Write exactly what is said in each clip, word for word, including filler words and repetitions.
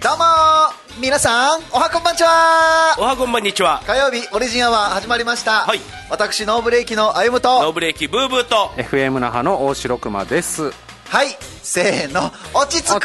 どうも皆さんおはこんばんちは。 おはこんばんにちは。 火曜日オリジンアワー始まりました、 はい、 私ノーブレーキのあゆむとノーブレーキブーブーとエフエム 那覇の大城熊です。 はい、せーの、落ち着く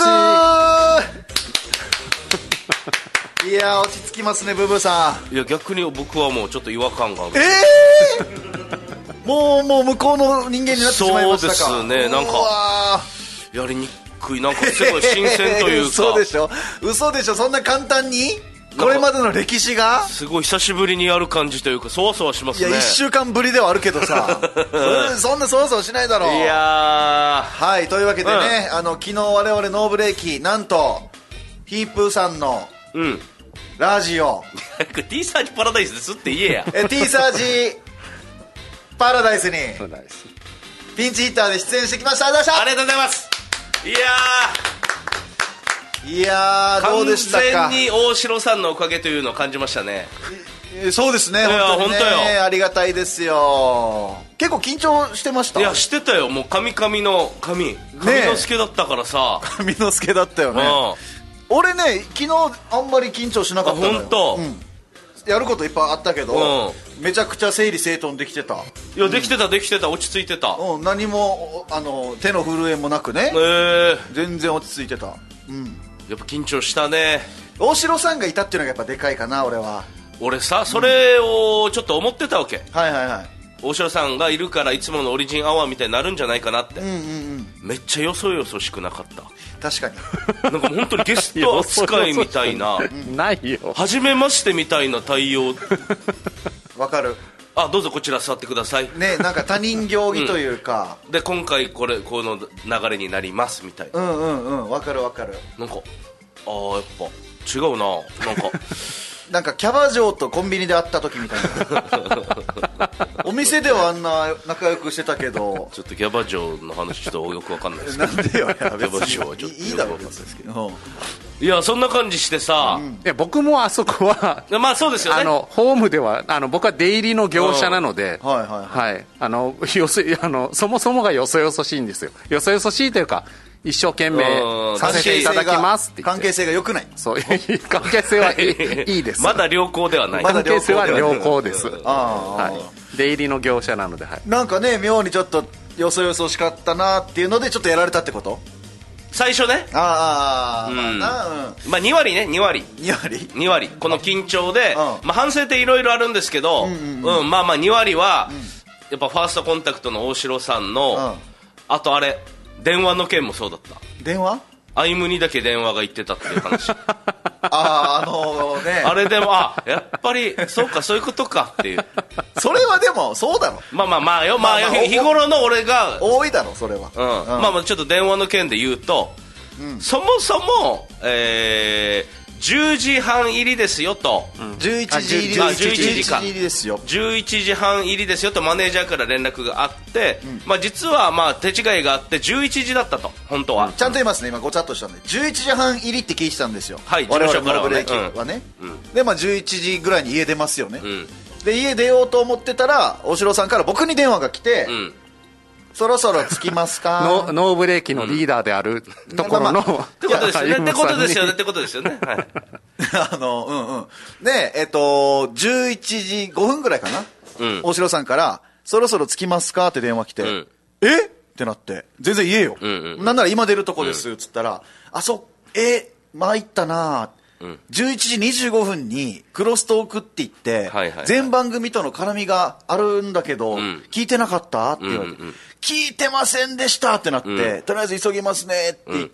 いや落ち着きますねブーブーさん。 いや逆に僕はもうちょっと違和感がある。 えー、もうもう向こうの人間になってしまいましたか。 そうですね、なんかやりにくい、なんかすごい新鮮というか嘘でしょ嘘でしょ、そんな簡単にこれまでの歴史がすごい久しぶりにやる感じというか、そわそわしますね。 いやいっしゅうかんぶりではあるけどさそんなそわそわしないだろう。 いやはい、というわけでね、うん、あの昨日我々ノーブレーキなんとヒープーさんのうんラジオ T サージパラダイスですって言えやえ T サージパラダイスにピンチヒッターで出演してきました。 ありがとうございます。いやーいやーどうでしたか。 完全に大城さんのおかげというのを感じましたね。 そうですね、本当にね、本当よ、ありがたいですよ。結構緊張してました。 いやしてたよ、もう神々の神神之助だったからさ、 ね、神之助だったよね、うん、俺ね昨日あんまり緊張しなかったのよ。 本当、 うん、やることいっぱいあったけど、うん、めちゃくちゃ整理整頓できてた。 いやできてたできてた、落ち着いてた、 うん、何もあの手の震えもなくね、 えー、 全然落ち着いてた、うん、 やっぱ緊張したね。 大城さんがいたっていうのがやっぱでかいかな。俺は俺さそれをちょっと思ってたわけ、 うん、はいはいはい。 大城さんがいるからいつものオリジンアワーみたいになるんじゃないかなって、 うんうんうん、 めっちゃよそよそしくなかった。 確かになんか本当にゲスト扱いみたいなないよ、 初めましてみたいな対応わかる。 あ、どうぞこちら座ってくださいね、なんか他人行儀というか、 うん、で今回これこの流れになりますみたいな。 うんうんうん、わかるわかる。 なんかあーやっぱ違うな、なんかなんかキャバ嬢とコンビニで会った時みたいなお店ではあんな仲良くしてたけどちょっとキャバ嬢の話ちょっとよくわかんないですけどなんでよ、キャバ嬢はちょっといいだろうですけど、 いやそんな感じしてさ、うん、 いや僕もあそこはまあそうですよね、 あのホームではあの僕は出入りの業者なので、 はいはいはい、はい、 あのよそあのそもそもがよそよそしいんですよ。よそよそしいというか一生懸命させていただきますって言って、 関係性が良くない。 そういう関係性はいいいいです。 まだ良好ではない。 関係性は良好です。 あ、 はい、出入りの業者なので、はい、 なんかね妙にちょっとよそよそしかったなっていうのでちょっとやられたってこと。 最初ね、 ああ、うん、まあな、 うん、まあに割ね、に割に割に割この緊張で、うん、まあ反省っていろいろあるんですけど、うんうんうんうん、まあまあに割は、うん、やっぱファーストコンタクトの大城さんの、うん、あとあれ電話の件もそうだった。 電話アイムにだけ電話が行ってたっていう話ああ、あのねあれでもあやっぱりそうかそういうことかっていうそれはでもそうだろ。 まあまあまあよ、まあ、まあ、日頃の俺が多いだろそれは、 うんうん、まあまあちょっと電話の件で言うと、うん、そもそも、えーじゅうじはん入りですよと、うん、 じゅういちじ入り、 あじゅういちじかじゅういちじ入りですよ、 じゅういちじはん入りですよとマネージャーから連絡があって、うん、まあ、実はまあ手違いがあってじゅういちじだったと本当は、うん、 ちゃんと言いますね、今ごちゃっとしたんでじゅういちじはん入りって聞いてたんですよ、 はい、 我々の事務所からはね、 ブレーキはね、 うん、 でまあじゅういちじぐらいに家出ますよね、 うん、 で家出ようと思ってたら大城さんから僕に電話が来て、うん、そろそろ着きますかノ, ノーブレーキのリーダーであるところの、 うん、ってことですよねってことですよねってことですよね、はい、 あのうんうんでえっとじゅういちじごふんぐらいかな、うん、大城さんからそろそろ着きますかって電話来て、うん、えってなって、全然言えよ、うんうんうん、なんなら今出るとこですっつったら、うん、あそえ参ったなうん、じゅういちじにじゅうごふんにクロストークって言って、はいはいはい、全番組との絡みがあるんだけど、うん、聞いてなかったって言われて、うんうんうん、聞いてませんでしたってなって、うん、とりあえず急ぎますねって言って、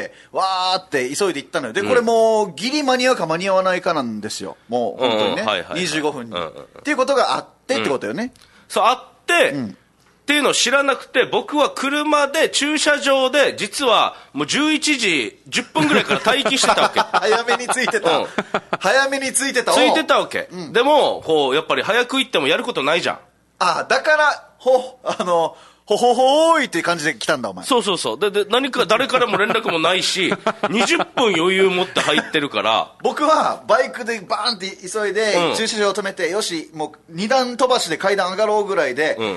うん、わーって急いで行ったのよ。で、これもうギリ間に合うか間に合わないかなんですよ、もう本当にね、うんはいはいはい、にじゅうごふんに、うんうんうん、っていうことがあってってことよね、うん、 そうあって、うんっていうのを知らなくて、僕は車で駐車場で実はもうじゅういちじじゅっぷんぐらいから待機してたわけ早めに着いてた、うん、早めに着いてた着いてたわけ、うん、でもこうやっぱり早く行ってもやることないじゃん。 あだからほあのほほほーいっていう感じで来たんだお前。 そうそうそうでで何か誰からも連絡もないしにじゅっぷん余裕持って入ってるから僕はバイクでバーンって急いで、うん、駐車場を止めてよしもうに段飛ばしで階段上がろうぐらいで、うん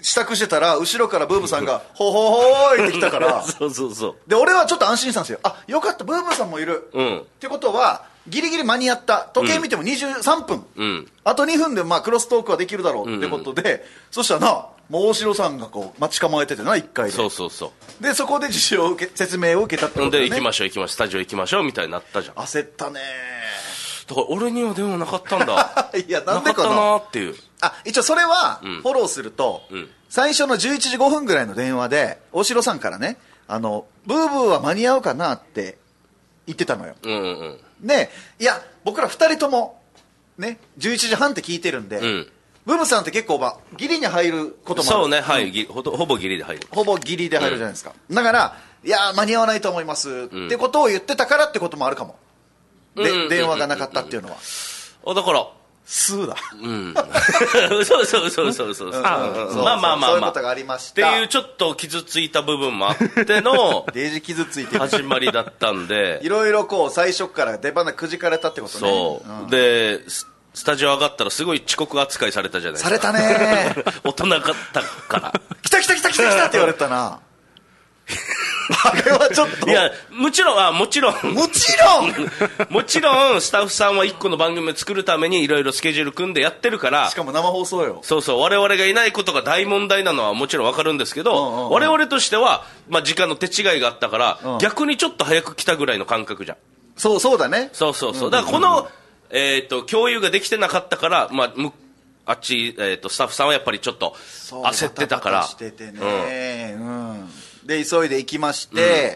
支度してたら後ろからブーブさんがほほほーいって来たからそうそうそうで俺はちょっと安心したんですよ。あ、よかったブーブさんもいる、うん、ってことはギリギリ間に合った。時計見てもにじゅうさんぷん、うん、あとにふんでまあクロストークはできるだろうってことで、うんうん、そしたらなもう大城さんがこう待ち構えててないっかいで、 そうそうそうでそこで事情を受け説明を受けたってことだね。 で行きましょう行きましょうスタジオ行きましょうみたいになったじゃん。 焦ったね。 だから俺には電話なかったんだいやなんでかな、 なかったなっていう。 あ、一応それはフォローすると、うん、最初のじゅういちじごふんぐらいの電話で大城さんからね、あのブーブーは間に合うかなって言ってたのよ、うんうんうん、でいや僕らふたりともねじゅういちじはんって聞いてるんで、うん、ブーブーさんって結構、まあ、ギリに入ることもある。 そうね、はい、うん、ほ, ほぼギリで入るほぼギリで入るじゃないですか、うん、だからいや間に合わないと思います、うん、ってことを言ってたからってこともあるかもで、うん、電話がなかったっていうのは、 あだからスーだ、 うん、そうそうそうそうそうそう、まあまあまあまあそういうことがありましたっていうちょっと傷ついた部分もあってのデージ傷ついてる始まりだったんでいろいろこう最初から出花くじかれたってことね。 そう、うん、でスタジオ上がったらすごい遅刻扱いされたじゃないですか。 されたね大人かったから来た来た来た来た来たって言われたなあれはちょっといやもちろんあもちろんもちろんもちろんスタッフさんはいっこの番組を作るためにいろいろスケジュール組んでやってるから、 しかも生放送よ。 そうそう我々がいないことが大問題なのはもちろん分かるんですけど、うんうんうん、我々としては、まあ、時間の手違いがあったから、うん、逆にちょっと早く来たぐらいの感覚じゃん。 そうそうだね。 そうそうそう、だからこの、えー、と共有ができてなかったから、まあ、むあっち、えー、とスタッフさんはやっぱりちょっと焦ってたから、 しててね、うんうん、で急いで行きまして、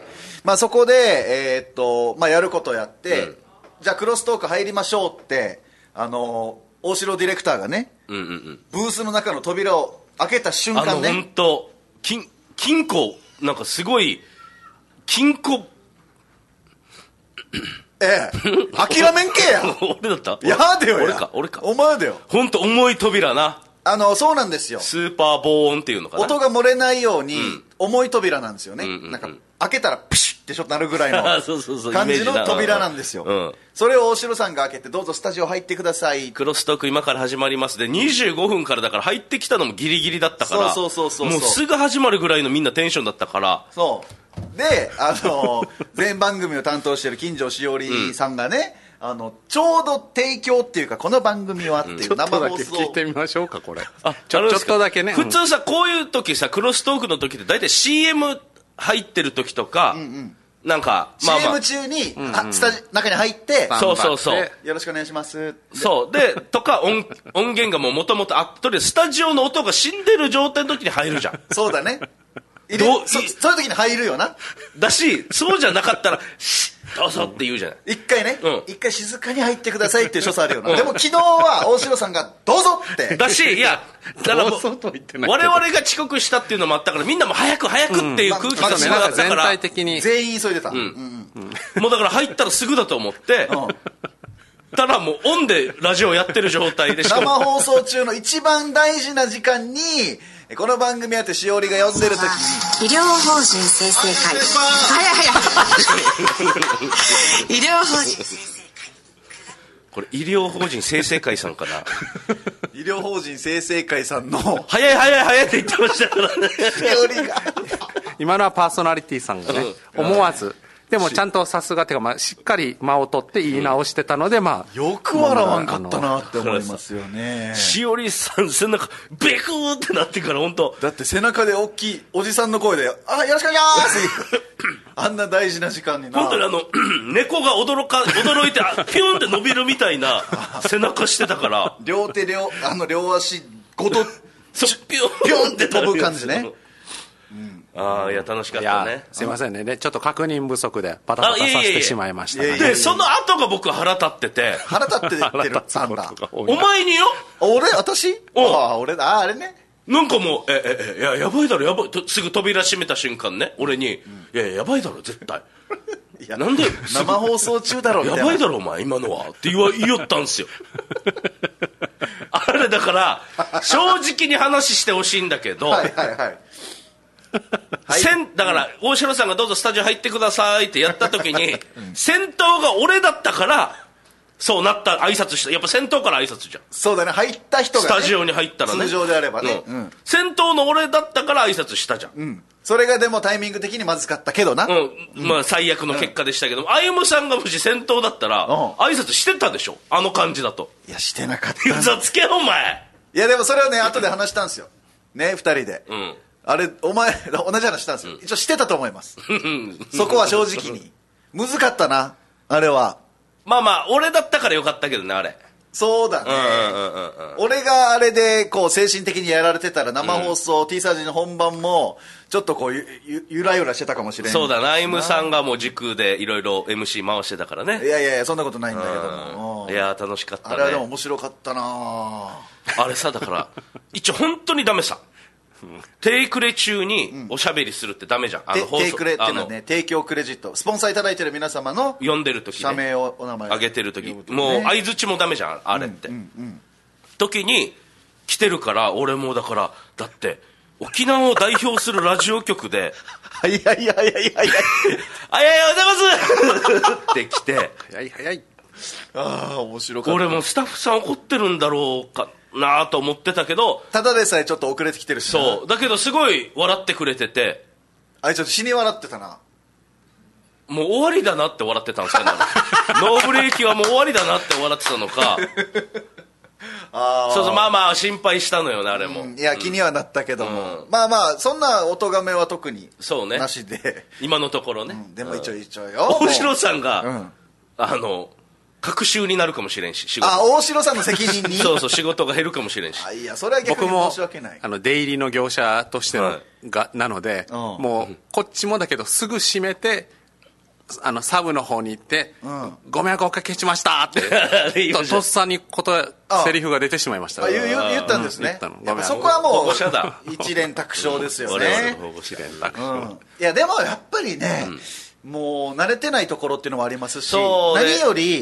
うんまあ、そこで、えーとまあ、やることやって、うん、じゃあクロストーク入りましょうって、あの大城ディレクターがね、うんうんうん、ブースの中の扉を開けた瞬間ね、 あの本当金金庫なんかすごい金庫ええ諦めんけや俺だったやでよや俺か俺かお前だよ。 本当重い扉な。 あのそうなんですよ。 スーパー防音っていうのかな。 音が漏れないように、うん、重い扉なんですよね、うんうんうん、なんか開けたらプシュッってちょっとなるぐらいの感じの扉なんですよ。うん、それを大城さんが開けてどうぞスタジオ入ってください、 クロストーク今から始まりますでにじゅうごふんからだから入ってきたのもギリギリだったからそうそうそうそうもうすぐ始まるぐらいのみんなテンションだったからそうであの全番組を担当している金城しおりさんがね、うん、あのちょうど提供っていうかこの番組はっていう生放送、 うん、ちょっとだけ聞いてみましょうかこれあちょ、ちょっとだけね普通さこういう時さクロストークの時って大体 シーエム 入ってる時とか、うんうんなんか、 まあまあ、シーエム 中に、うんうん、スタジオ中に入ってそうそうそうよろしくお願いしますそうでとか 音, 音源がもともとあっとりスタジオの音が死んでる状態の時に入るじゃんそうだねどう そ, そういう時に入るよなだしそうじゃなかったらシッどうぞって言うじゃない一回ね、うん、一回静かに入ってくださいっていう所作あるよな、うん、でも昨日は大城さんがどうぞってだしいやだからもう我々が遅刻したっていうのもあったからみんなも早く早くっていう空気がすごかったから、 全体的に全員急いでた、うんうんうん、もうだから入ったらすぐだと思って、うんただもうオンでラジオやってる状態で生放送中の一番大事な時間にこの番組やってしおりが呼んでる時に医療法人生成会早い早い医療法人これ医療法人生成会さんかな医療法人生成会さんの早い早い早いって言ってましたからねしおりが今のはパーソナリティさんがね、うん、思わずでもちゃんとさすがてか、まあ、しっかり間を取って言い直してたので、まあ、 よく笑わんかったなって思いますよね。 しおりさん背中ベクーってなってから本当だって背中で大きいおじさんの声で「あよろしくお願いします」あんな大事な時間にな本当にあの猫が驚か驚いてピュンって伸びるみたいな背中してたから両手両あの両足ごとピュンピュンって飛ぶ感じね。 ああいや楽しかったね。 すいませんねでちょっと確認不足でバタバタさせてしまいました、ね、 でその後が僕腹立ってて腹立って言ってるさんだお前によ俺私ああ俺ああれねなんかもうええいややばいだろやばいとすぐ扉閉めた瞬間ね俺に、うん、いややばいだろ絶対いやなんで生放送中だろみたいなやばいだろお前今のはって言わ言いよったんですよあれだから正直に話してほしいんだけどはいはいはいはい、だから大城さんがどうぞスタジオ入ってくださいってやった時に、うん、先頭が俺だったからそうなった挨拶した。やっぱ先頭から挨拶じゃん。 そうだね、入った人が、ね、 スタジオに入ったらね、 通常であればね、 うんうん、先頭の俺だったから挨拶したじゃん、 うん、それがでもタイミング的にまずかったけどな、 うんうん、まあ最悪の結果でしたけども、歩、うん、さんがもし先頭だったら、うん、挨拶してたでしょ、あの感じだと。 いやしてなかった。 嘘つけお前。 いやでもそれはね後で話したんですよね、ふたりで、 うん、 あれお前同じ話したんですよ、うん、一応してたと思いますそこは正直にむずかったなあれは。 まあまあ俺だったからよかったけどね、あれ。 そうだね、うんうんうんうん、俺があれでこう精神的にやられてたら生放送、うん、T サージの本番もちょっとこう ゆ, ゆ, ゆらゆらしてたかもしれない。 そうだな、アイムさんがもう時空でいろいろ エムシー 回してたからね。 いやいやいやそんなことないんだけども、 いや楽しかったね。 あれはでも面白かったなあれさ、だから一応本当にダメさ、テイクレ中におしゃべりするってダメじゃん、あの放送。 テイクレっていうのはね、提供クレジット、スポンサーいただいてる皆様の読んでる時、ね、 社名をお名前上げてる時、ね、もう相づちもダメじゃんあれって、うんうんうん、時に来てるから、俺もだからだって沖縄を代表するラジオ局ではいはいはいはいはいはいあいやいやおはようございますって来て早い早い。 ああ面白かった。 俺もスタッフさん怒ってるんだろうかなと思ってたけど、 ただでさえちょっと遅れてきてるしな。 そうだけどすごい笑ってくれてて、 あいちょっと死に笑ってたな。 もう終わりだなって笑ってたんですかねノーブレーキはもう終わりだなって笑ってたのかあそうそう、まあまあ心配したのよねあれも、うん、 いや気にはなったけども、うん、まあまあそんなお咎めは特になしで、 ね、今のところね、 うん、でも一応一応よ、 大城さんが、うん、あの隔週になるかもしれんし、仕事。 あ、大城さんの責任にそうそう、仕事が減るかもしれんし。 あ、いやそれは逆に申し訳ない。 僕もあの出入りの業者としての、はい、がなので、うん、もうこっちもだけどすぐ閉めてあのサブの方に行って、うん、ご迷惑おかけしましたってととっさにことセリフが出てしまいました。 あ言, 言ったんですね、うん、やっぱそこはもう一連卓勝ですよね、 うん、一連卓勝、うん、 いやでもやっぱりね、うん、もう慣れてないところっていうのもありますし、何より、うん、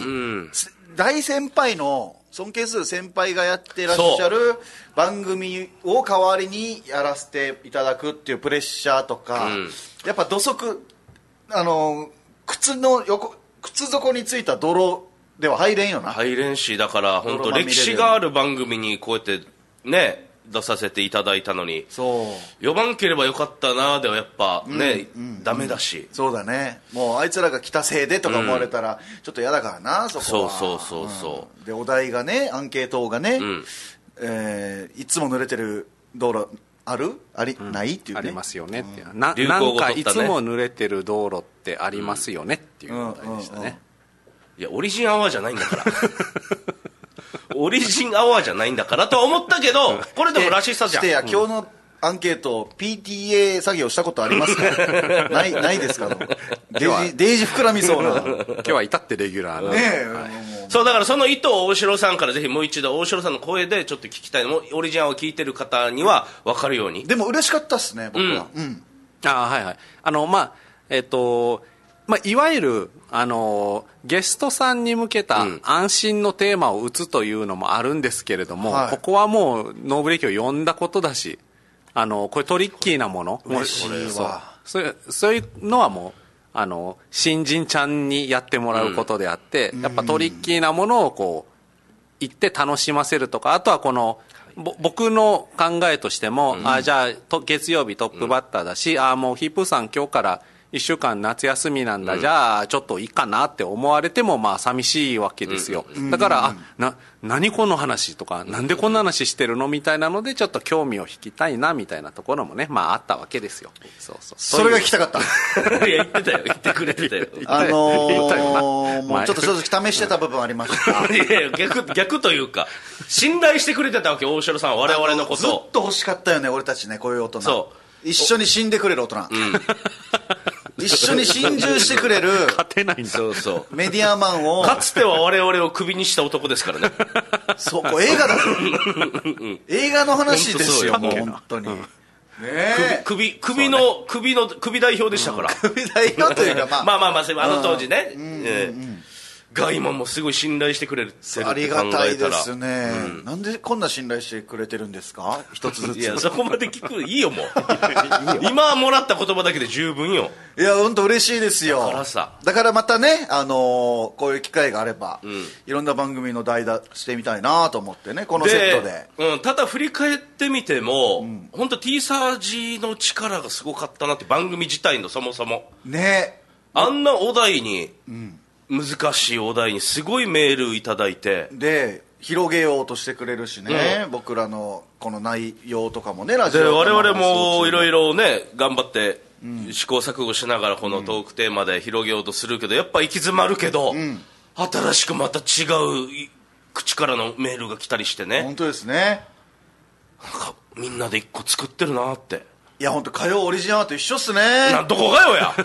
大先輩の尊敬する先輩がやってらっしゃる番組を代わりにやらせていただくっていうプレッシャーとか、うん、やっぱ土足あの靴の横靴底についた泥では入れんよな。 入れんし、だから本当歴史がある番組にこうやってね出させていただいたのに、そう呼ばんければよかったなではやっぱね、うんうん、ダメだし、 そうだね、もうあいつらが来たせいでとか思われたらちょっと嫌だからな、うん、そこは。 そうそうそうそう、 うん、でお題がねアンケートがね、うん、えー、いつも濡れてる道路あるあり、うん、ないっていうね、 ありますよねっていう、うん、な, なんかいつも濡れてる道路ってありますよねっていう問題でしたね、うんうんうん、 いやオリジンアワーじゃないんだからオリジンアワーじゃないんだからと思ったけど、これでもらしさじゃん。 してや今日のアンケート ピーティーエー 作業したことありますかないないですか。デージデージ膨らみそうな今日は至ってレギュラーな、ねえ、 はい、そうだからその意図を大城さんからぜひもう一度大城さんの声でちょっと聞きたいのも、オリジンアワー聞いてる方には分かるように。 でも嬉しかったっすね僕は、うんうん、 あはいはいあのまあえっ、ー、とまあ、いわゆる、あのゲストさんに向けた安心のテーマを打つというのもあるんですけれども、はい、ここはもうノーブレーキを読んだことだし、あのこれトリッキーなもの、 嬉しいわ。 そう、そういうのはもうあの新人ちゃんにやってもらうことであって、うん、やっぱトリッキーなものをこう言って楽しませるとか、あとはこの僕の考えとしても、うん、あじゃあと月曜日トップバッターだし、うん、あもうヒップさん今日からいっしゅうかん夏休みなんだ、うん、じゃあちょっといいかなって思われてもまあ寂しいわけですよ、うん、だからあな何この話とか、うん、なんでこんな話してるのみたいなのでちょっと興味を引きたいなみたいなところもね、まああったわけですよ。そうそう、 それが聞きたかったいや言ってたよ、言ってくれてたよあのー、もうちょっと正直試してた部分ありましたいやいや 逆, 逆というか信頼してくれてたわけ、大城さんは我々のことを。 ずっと欲しかったよね俺たちね、こういう大人。そう一緒に死んでくれる大人、うん一緒に心中してくれる勝てないんだ。 そうそうメディアマンを、 かつては我々をクビにした男ですからねそうこう映画だぞ映画の話ですよもう本当に、うん、ねえ首首の首の首代表でしたから、 首代表というかまあまあまあまああの当時ね、うんうんうん、 が今もすごい信頼してくれてるって考ありがたいえたら、 ですね、うん、なんでこんな信頼してくれてるんですか、一つずつ。 いやそこまで聞くいいよもう今もらった言葉だけで十分よ。 いや本当嬉しいですよ。 だからさ、 だからまたね、あのー、こういう機会があれば、うん、いろんな番組の代打してみたいなと思ってね、このセットで、 うん、ただ振り返ってみても、うん、本当 T サージの力がすごかったなって、番組自体のそもそもね、 あんなお題に、うん、難しいお題にすごいメールいただいて、 で広げようとしてくれるしね、うん、僕らのこの内容とかもね、ラジオで我々もいろいろね頑張って試行錯誤しながらこのトークテーマで広げようとするけど、やっぱ行き詰まるけど、うん、新しくまた違う口からのメールが来たりしてね、 本当ですね、 なんかみんなで一個作ってるなって。 いや本当火曜オリジナルと一緒っすね。 などこがよや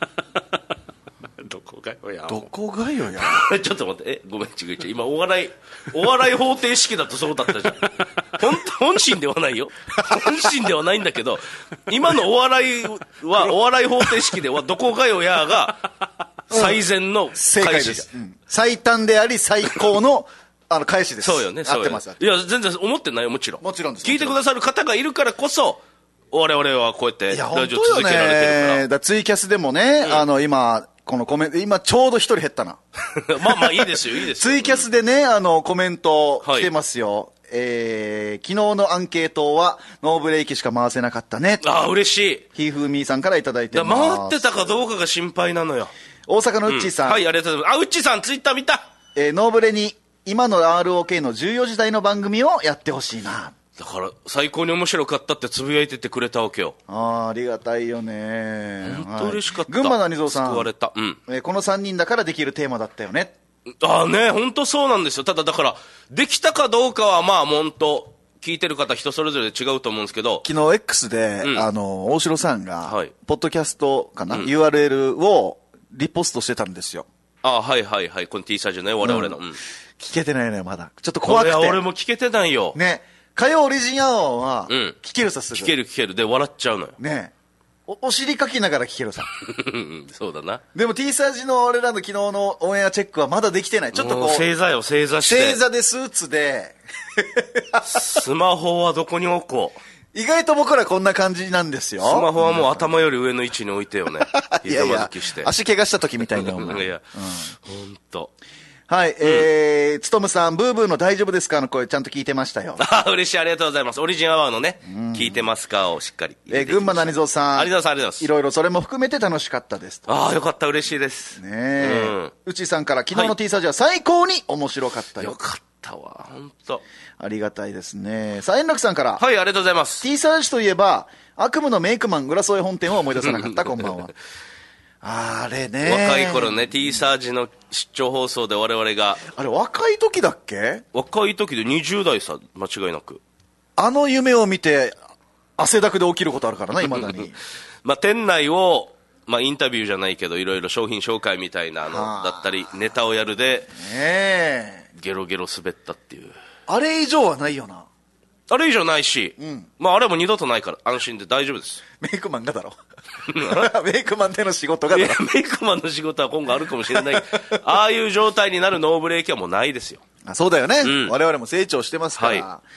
どこがよやどこがよやちょっと待って、えごめん違う違う、今お笑いお笑い方程式だとそうだったじゃん本本心ではないよ本心ではないんだけど、今のお笑いはお笑い方程式ではどこがよやが最善の正解です、うん、最短であり最高のあの返しです。 そうよね、そうよね。合ってます。いや全然思ってないよ、もちろんもちろんです。 聞いてくださる方がいるからこそ我々はこうやってラジオ続けられてるから。 いや本当よね、だツイキャスでもね、うん、あの今このコメント今ちょうど一人減ったなまあまあいいですよいいですよツイキャスでね、あのコメント来てますよ、はい、えー、昨日のアンケートはノーブレーキしか回せなかったね。 ああ嬉しい。 ひふみーさんからいただいてます。 回ってたかどうかが心配なのよ。 大阪のうっちーさん、うん、 はいありがとうございます。あうっちーさんツイッター見た、 えー、ノーブレに今の アールオーケー のじゅうよじ台の番組をやってほしいな。 だから最高に面白かったってつぶやいててくれたわけよ。 ああありがたいよね。 本当嬉しかった、 はい、群馬の谷蔵さん、 救われた、うん、 えー、このさんにんだからできるテーマだったよね。 ああね本当そうなんですよ。ただだからできたかどうかはまあ本当聞いてる方人それぞれ違うと思うんですけど、 昨日 X で、うん、あの大城さんが、はい、ポッドキャストかな、うん、ユーアールエル をリポストしてたんですよ。 あはいはいはい、この T サージね我々の、うんうん、 聞けてないのよまだ。ちょっと怖くて。 俺も聞けてないよね。火曜オリジンアワーは聞けるさ、すぐ聞ける聞けるで笑っちゃうのよね。お, お尻かきながら聞けるさそうだな。 でも T サージの俺らの昨日のオンエアチェックはまだできてない。ちょっとこう正座よ正座して正座でスーツでスマホはどこに置こう。 意外と僕らこんな感じなんですよ。 スマホはもう頭より上の位置に置いてよねいやいや足怪我した時みたいなお前いや、うん、ほんとはい、うん、えー、つとむさん、ブーブーの大丈夫ですかの声ちゃんと聞いてましたよ。 あ嬉しい、ありがとうございます。オリジンアワーのね、うん、聞いてますかをしっかり。 えー、群馬谷蔵さん。 ありがとうございます、ありがとうございます。 いろいろそれも含めて楽しかったですと。 ああ、よかった、嬉しいです。 ねえ。うん。うちさんから、昨日の T サージは最高に面白かったよ。 よかったわ、ほんと。 ありがたいですね。さあ、円楽さんから。 はい、ありがとうございます。 T サージといえば、悪夢のメイクマン浦添本店を思い出さなかった、こんばんは。あれね、 若い頃ね T サージの出張放送で我々があれ若い時だっけ。 若い時でにじゅう代さ間違いなくあの夢を見て汗だくで起きることあるからな未だにまあ店内を、まあ、インタビューじゃないけどいろいろ商品紹介みたいなのだったりネタをやるで、ね、ゲロゲロ滑ったっていう。 あれ以上はないよな。 あれ以上ないし、うん、まああれも二度とないから安心で大丈夫です。 メイクマンがだろメイクマンでの仕事がだろ。いやメイクマンの仕事は今後あるかもしれないああいう状態になるノーブレーキはもうないですよ。 あそうだよね、うん、我々も成長してますから、はい、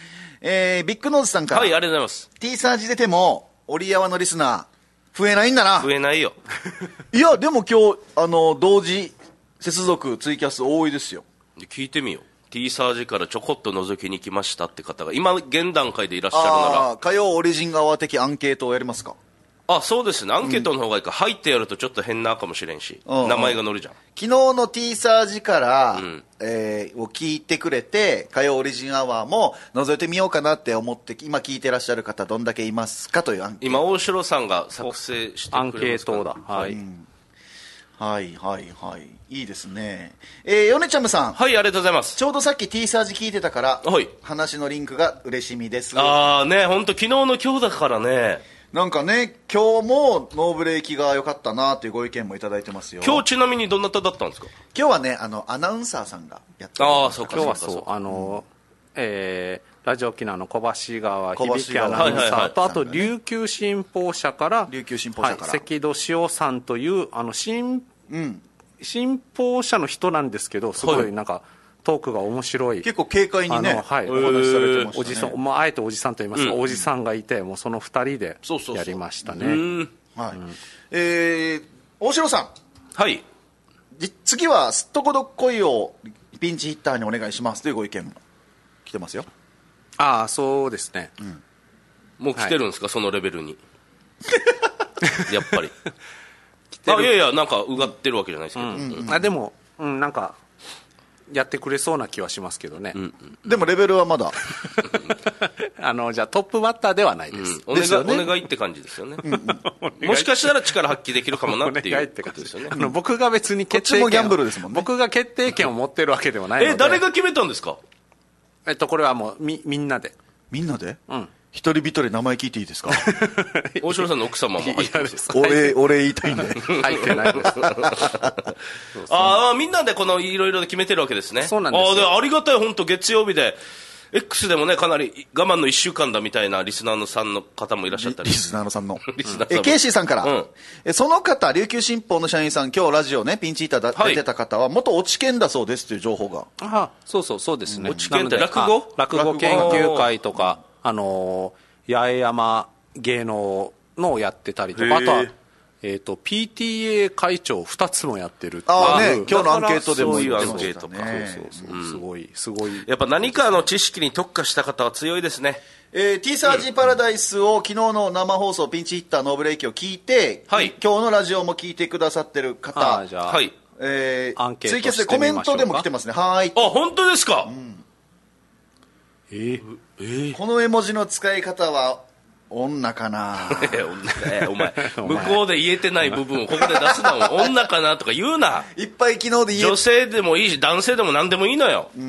えー、ビッグノーズさんから、 はい、ありがとうございます。 T サージ出てもオリヤワのリスナー増えないんだな。 増えないよいやでも今日あの同時接続ツイキャス多いですよ。 聞いてみよう。T サージからちょこっと覗きに来ましたって方が今現段階でいらっしゃるなら火曜オリジン側的アンケートをやりますか。 あそうですね、アンケートの方がいいか、うん、入ってやるとちょっと変なかもしれんし、うんうん、名前が載るじゃん。 昨日の T サージから、うんえー、を聞いてくれて火曜オリジンアワーも覗いてみようかなって思って今聞いてらっしゃる方どんだけいますかというアンケート。 今大城さんが作成してくれますか、 アンケートだ、はい、 うんはいはいはいいいですね。えー、ヨネチャムさん、 はいありがとうございます。 ちょうどさっき T サージ聞いてたから、はい、話のリンクが嬉しみです。 ああね本当昨日の今日だからね。 なんかね今日もノーブレーキが良かったなというご意見もいただいてますよ。 今日ちなみにどなただったんですか。 今日はねあのアナウンサーさんがやってああそうか今日はそうあの、うん、えー、ラジオ沖縄の小橋川響アナウンサーとあと琉球新報社から琉球新報社から、 はい、関戸潮さんというあの新うん信奉者の人なんですけど、すごいなんか、トークが面白い。 結構軽快にね、 はい、 お話しされてましたね。 おじさん、まあ、あえておじさんと言いますが、うん、おじさんがいて、もうその二人でやりましたね。 はい。えー、大城さん。 はい。 次は、すっとこどっこいをピンチヒッターにお願いしますというご意見も来てますよ。 ああ、そうですね。うん、 もう来てるんですか、はい、そのレベルに。やっぱり。あ、いやいや、なんかうがってるわけじゃないですけど。うんうん、あでも、うん、なんか、やってくれそうな気はしますけどね。うんうん、でもレベルはまだ。 あの、じゃあトップバッターではないです。 うん、お願い、ね、お願いって感じですよね。うんうん、もしかしたら力発揮できるかもなっていうことですよね。 あの僕が別に決定権。 こっちもギャンブルですもんね。 僕が決定権を持ってるわけでもないので。 え、誰が決めたんですか？ えっと、これはもう、み、みんなで。 みんなで？ うん。 一人一人名前聞いていいですか？ 大城さんの奥様も入ってます。 俺、俺言いたいんで。 入ってないです。 ああ、みんなでこのいろいろ決めてるわけですね。 そうなんですよ。 ああ、でありがたい、本当月曜日で。X でもね、かなり我慢のいっしゅうかんだみたいなリスナーのさんの方もいらっしゃったり。 リスナーのさんの。 リスナーさん。 え、ケイシーさんから。 うん、 え、その方、琉球新報の社員さん、今日ラジオね、ピンチヒッター出てた方は、元落研だそうですという情報が。 ああ、そうそう、そうですね。 落研って落語？ 落語研究会とか、あのー、八重山芸能のをやってたりとか、あとは、えっ、ー、と、ピーティーエー 会長ふたつもやってるっていう。 ああね、今日のアンケートでもそういうアンケートか。 そうそうそう、うん、すごい、すごい。 やっぱ何かの知識に特化した方は強いですね。 えー、T サージパラダイスを昨日の生放送ピンチヒッターノーブレーキを聞いて、はい、今日のラジオも聞いてくださってる方、 あじゃあ、 はい、 えー、 アンケートツイキャスでコメントでも来てますね。はい。 あ、本当ですか？うん、 えー、えー、この絵文字の使い方は女かなえお前向こうで言えてない部分をここで出すな女かなとか言うな。 いっぱい昨日で言え女性でもいいし男性でも何でもいいのよ。 うん、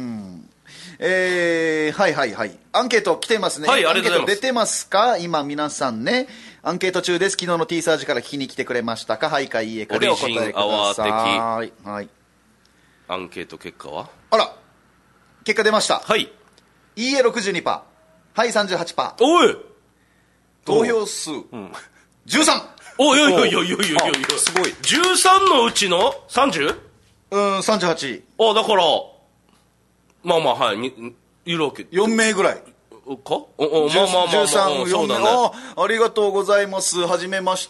えー、はいはいはい、アンケート来てますね。 はい、ありがとうございます。 アンケート出てますか？今皆さんね、アンケート中です。昨日の T サージから聞きに来てくれましたか？はいかいいえかでお答えください。オリジンアワー的、はい、 アンケート結果は？ あら、結果出ました。 はい、 いいえ ろくじゅうにパーセント、はい さんじゅうはちパーセント。 おい、 投票数、うん、じゅうさん。 おいおいおいおいおいおいおい、 すごい。 じゅうさんのうちの さんじゅう？ うん、さんじゅうはち。 あ、だからまあまあ、はい、いるわけ。 よん名ぐらいか？ おお、まあまあまあ、まあ、 じゅうさん、 そうだね。 あ、ありがとうございます。はじめまして。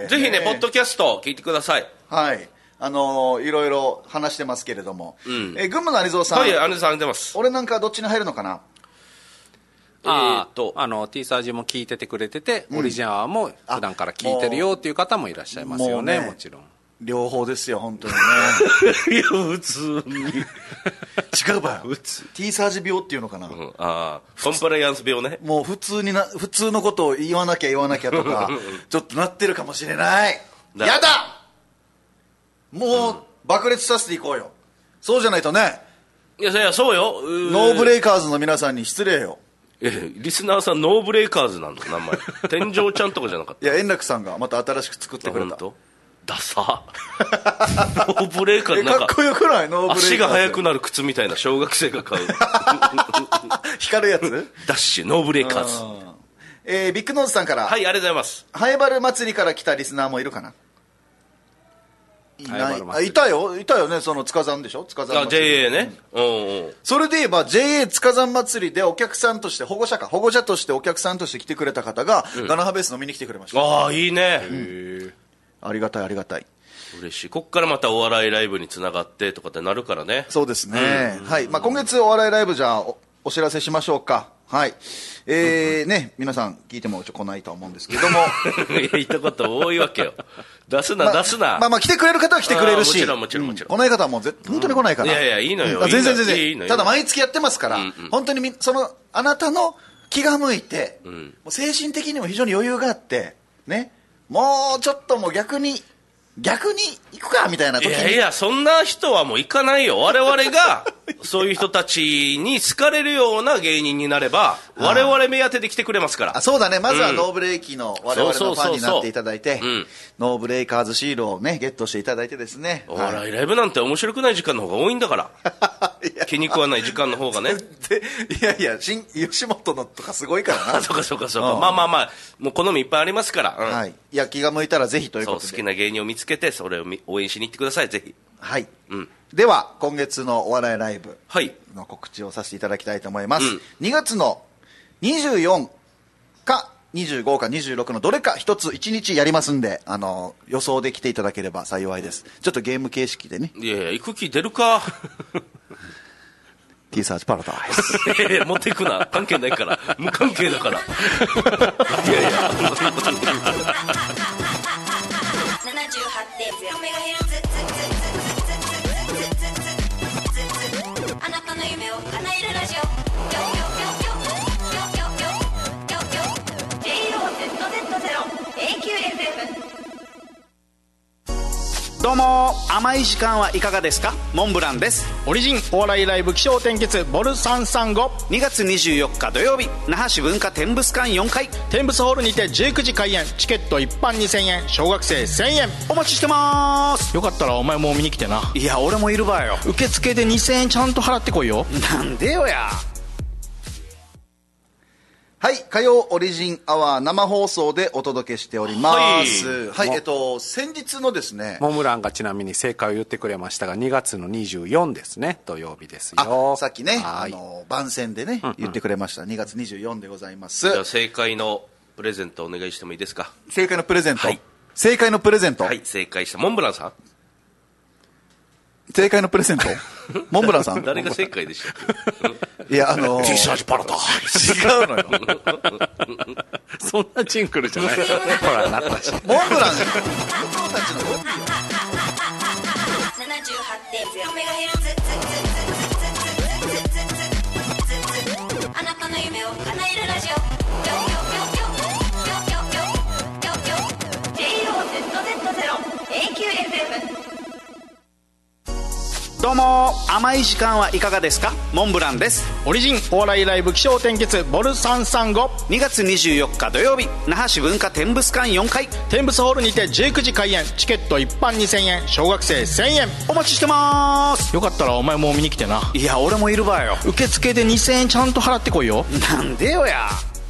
ぜひね、ね、ポッドキャスト聞いてください。 はい。あのー、いろいろ話してますけれども。うん、え、群馬の有蔵さん。 はい、有蔵さん出ます。 俺なんかどっちに入るのかな？ えー、っとあの T サージも聞いててくれてて、うん、オリジンアワーも普段から聞いてるよっていう方もいらっしゃいますよね。 も, もちろん両方ですよ本当にね。 いや普通に違うばよ T サージ病っていうのかな、うん、 あコンプライアンス病ね。 もう普通にな普通のことを言わなきゃ言わなきゃとかちょっとなってるかもしれない。だやだもう、うん、爆裂させていこうよ。そうじゃないとね。 いやいやそうよ。 ノーブレイカーズの皆さんに失礼よ。 えリスナーさんノーブレイカーズなの名前天井ちゃんとかじゃなかった？ いや円楽さんがまた新しく作ってくれた。 ダサノーブレイカーズなんかかっこよくない？ノーブレイカーズ足が速くなる靴みたいな小学生が買う光るやつダッシュノーブレイカーズ。 えー、ビッグノーズさんからはいありがとうございます。 ハエバル祭りから来たリスナーもいるかな？いないあいたよいたよね。その塚山でしょ塚山祭り。あジェイエー ね、うん、うん、 それで言えば ジェイエー 塚山祭りでお客さんとして保護者か保護者としてお客さんとして来てくれた方が、うん、ガナハベース飲みに来てくれました。 ああいいね、 うん、ありがたいありがたい嬉しい。こっからまたお笑いライブにつながってとかってなるからね。 そうですね、うん、はい、まあ、今月お笑いライブじゃあ お, お知らせしましょうか。はいえーね、皆さん聞いてもちょ来ないとは思うんですけどもいや言ったこと多いわけよ。出すな、ま、出すな。 まあまあ来てくれる方は来てくれるし、 もちろんもちろんもちろん、 来ない方はもうぜ本当に来ないから、 うん、いやいやいいのよ、 うん、全然全然いいのよ。 ただ毎月やってますから、うんうん、本当にみそのあなたの気が向いて、うん、もう精神的にも非常に余裕があってね、もうちょっともう逆に逆に行くかみたいな時に。 いやいやそんな人はもう行かないよ。我々がそういう人たちに好かれるような芸人になれば、我々目当てで来てくれますから。 あ、そうだね。まずはノーブレイキの我々のファンになっていただいて、ノーブレイカーズシールをね、ゲットしていただいてですね。 お笑いライブなんて面白くない時間の方が多いんだから。気に食わない時間の方がね。 いやいや、新吉本のとかすごいからな。 そうかそうかそうか。まあまあまあ、もう好みいっぱいありますから。 はい。いや、気が向いたらぜひということで。 好きな芸人を見つけて、それを応援しに行ってください、ぜひ。 はい。うん。では、今月のお笑いライブの告知をさせていただきたいと思います。うん、にがつのにじゅうよっか、にじゅうごかにじゅうろくのどれか一つ一日やりますんで、あの、予想で来ていただければ幸いです。ちょっとゲーム形式でね。 いやいや、行く気出るか。 T サーチパラダイス。 いやいや、持っていくな。関係ないから。無関係だから。いやいや。ななじゅうはちてんゼロメガヘルツ。あなたの夢を叶えるラジオ。 どうも甘い時間はいかがですか。モンブランです。 オリジンお笑いライブ起承転結ボルさんさんご。 にがつにじゅうよっか土曜日、那覇市文化天物館よんかい、 天物ホールにてじゅうくじ開演。チケット一般にせんえん、小学生せんえん。 お待ちしてます。 よかったらお前も見に来てな。 いや俺もいるばよ。 受付でにせんえんちゃんと払ってこいよ。 なんでよや。 はい、火曜オリジンアワー生放送でお届けしております。はい、はい、えっと、先日のですね。 モンブランがちなみに正解を言ってくれましたが、にがつのにじゅうよっかですね、土曜日ですよ。 あ、さっきね、あの、番宣でね、うんうん、言ってくれました。にがつにじゅうよっかでございます。 じゃあ正解のプレゼントお願いしてもいいですか。 正解のプレゼント。 はい、 正解のプレゼント。 はい、正解したモンブランさん。 正解のプレゼントモンブランさん誰が正解でしたっけ。いや、あのー、 T サーチパラダイス。 違うのよ。 そんなジンクルじゃない。ほら、なったし。 モンブラン、本当たちのロビーよ。ななじゅうはちてんゼロメガヘルツ。あなたの夢を叶えるラジオ。ジェイオーゼットゼットゼロエーキューエフエム。 どうも甘い時間はいかがですか。モンブランです。 オリジンお笑いライブ起承転結ボルさんさんご。 にがつにじゅうよっか土曜日、那覇市文化天物館よんかい、 天物ホールにてじゅうくじ開演。チケット一般にせんえん、小学生せんえん。 お待ちしてます。 よかったらお前も見に来てな。 いや俺もいるばよ。 受付でにせんえんちゃんと払ってこいよ。 なんでよや。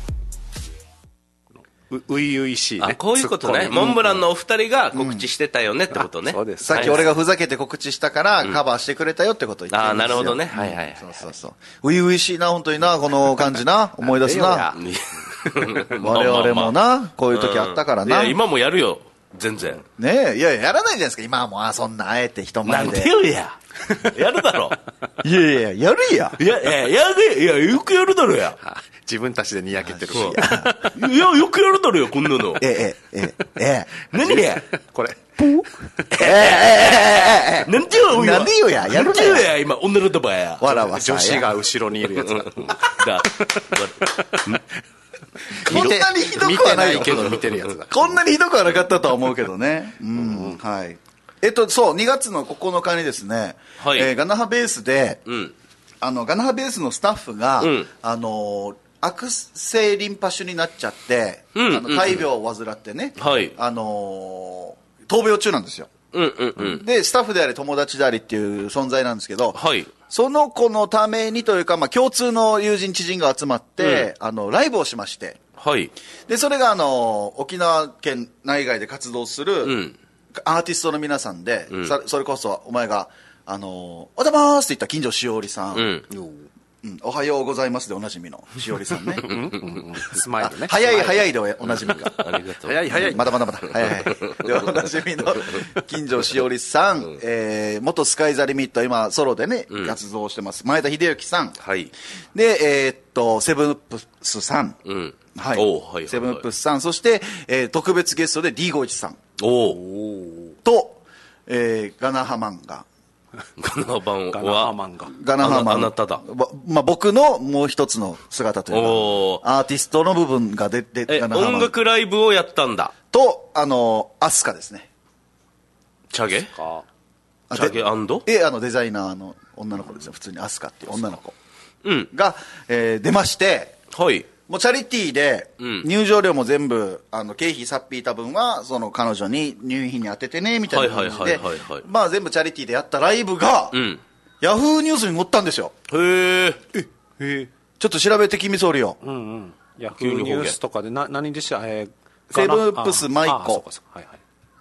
う、ういういしいね。 あ、こういうことね。モンブランのお二人が告知してたよねってことね。 そうです。 さっき俺がふざけて告知したからカバーしてくれたよってことを言ってるんですよ。 あ、なるほどね。はいはい。 そうそうそう。ういういしいな、本当にな、この感じな。思い出すな。我々もな、こういう時あったからな。 いや、今もやるよ。全然。 ねえ、いやいや、やらないじゃないですか。今はもう、あ、そんな、あえて人前で。 なんでよや。やるだろ。 いやいや、やるや。 いや、いや、やで、いや、よくやるだろや。 自分たちでにやけてる。 いや、よくやるだろよ、こんなの。 ええ、ええ、ええ。 何やこれ。 ええ、ええ、ええ。 なんでよ、 なんでよや、やるなよや、今、女の束や。 わらわ女子が後ろにいるやつだ。 こんなにひどくはないよ。 見てないけど見てるやつだ。 こんなにひどくはなかったとは思うけどね。うん、はい。えっと、そう、にがつのここのかにですね、はい、えー、ガナハベースで、うん、あの、ガナハベースのスタッフが、うん、あの、悪性リンパ腫になっちゃって、うん、あの大病を患ってね、はい、あの、闘病中なんですよ。うんうんうん、で、スタッフであり友達でありっていう存在なんですけど、はい、その子のためにというか、まあ、共通の友人知人が集まって、うん、あの、ライブをしまして、はい、で、それがあの、沖縄県内外で活動する、うん、アーティストの皆さんで、うん、それこそお前が、あのー、おはようございますって言った金城しおりさん、うんうん、おはようございますでおなじみのしおりさんね。 スマイルね。 早い早いでおなじみか。 ありがとう。 早い早い。まだまだまだ。早い早い。で、おなじみの金城しおりさん、うん、えー、元スカイザリミット、今ソロでね、うん、活動してます。前田秀幸さん。はい。で、えー、っと、セブンウップスさん。うん。はい。おはいはいはい、セブンウップスさん。そして、えー、特別ゲストで ディーごじゅういち さん。おと、えー、ガナハマンガ。 ガナハマンはガナハマンがガナハマンあ, あなただ、 まあ、僕のもう一つの姿というかアーティストの部分が出てえ音楽ライブをやったんだとあのアスカですね。 チャゲチャゲ& え、あの、デザイナーの女の子ですよ。普通にアスカっていう女の子。 うん。 が、えー、出まして、 はい。 もうチャリティーで、入場料も全部、あの、経費さっぴいた分は、その彼女に入院費に当ててね、みたいな感じで、まあ全部チャリティーでやったライブが、うん、ヤフーニュースに載ったんですよ。 へー。え、 へー。ちょっと調べてきみそうりよ。 うんうん。ヤフーニュースとかで、な、何でした、えー、セブンプスマイコ。はいはい。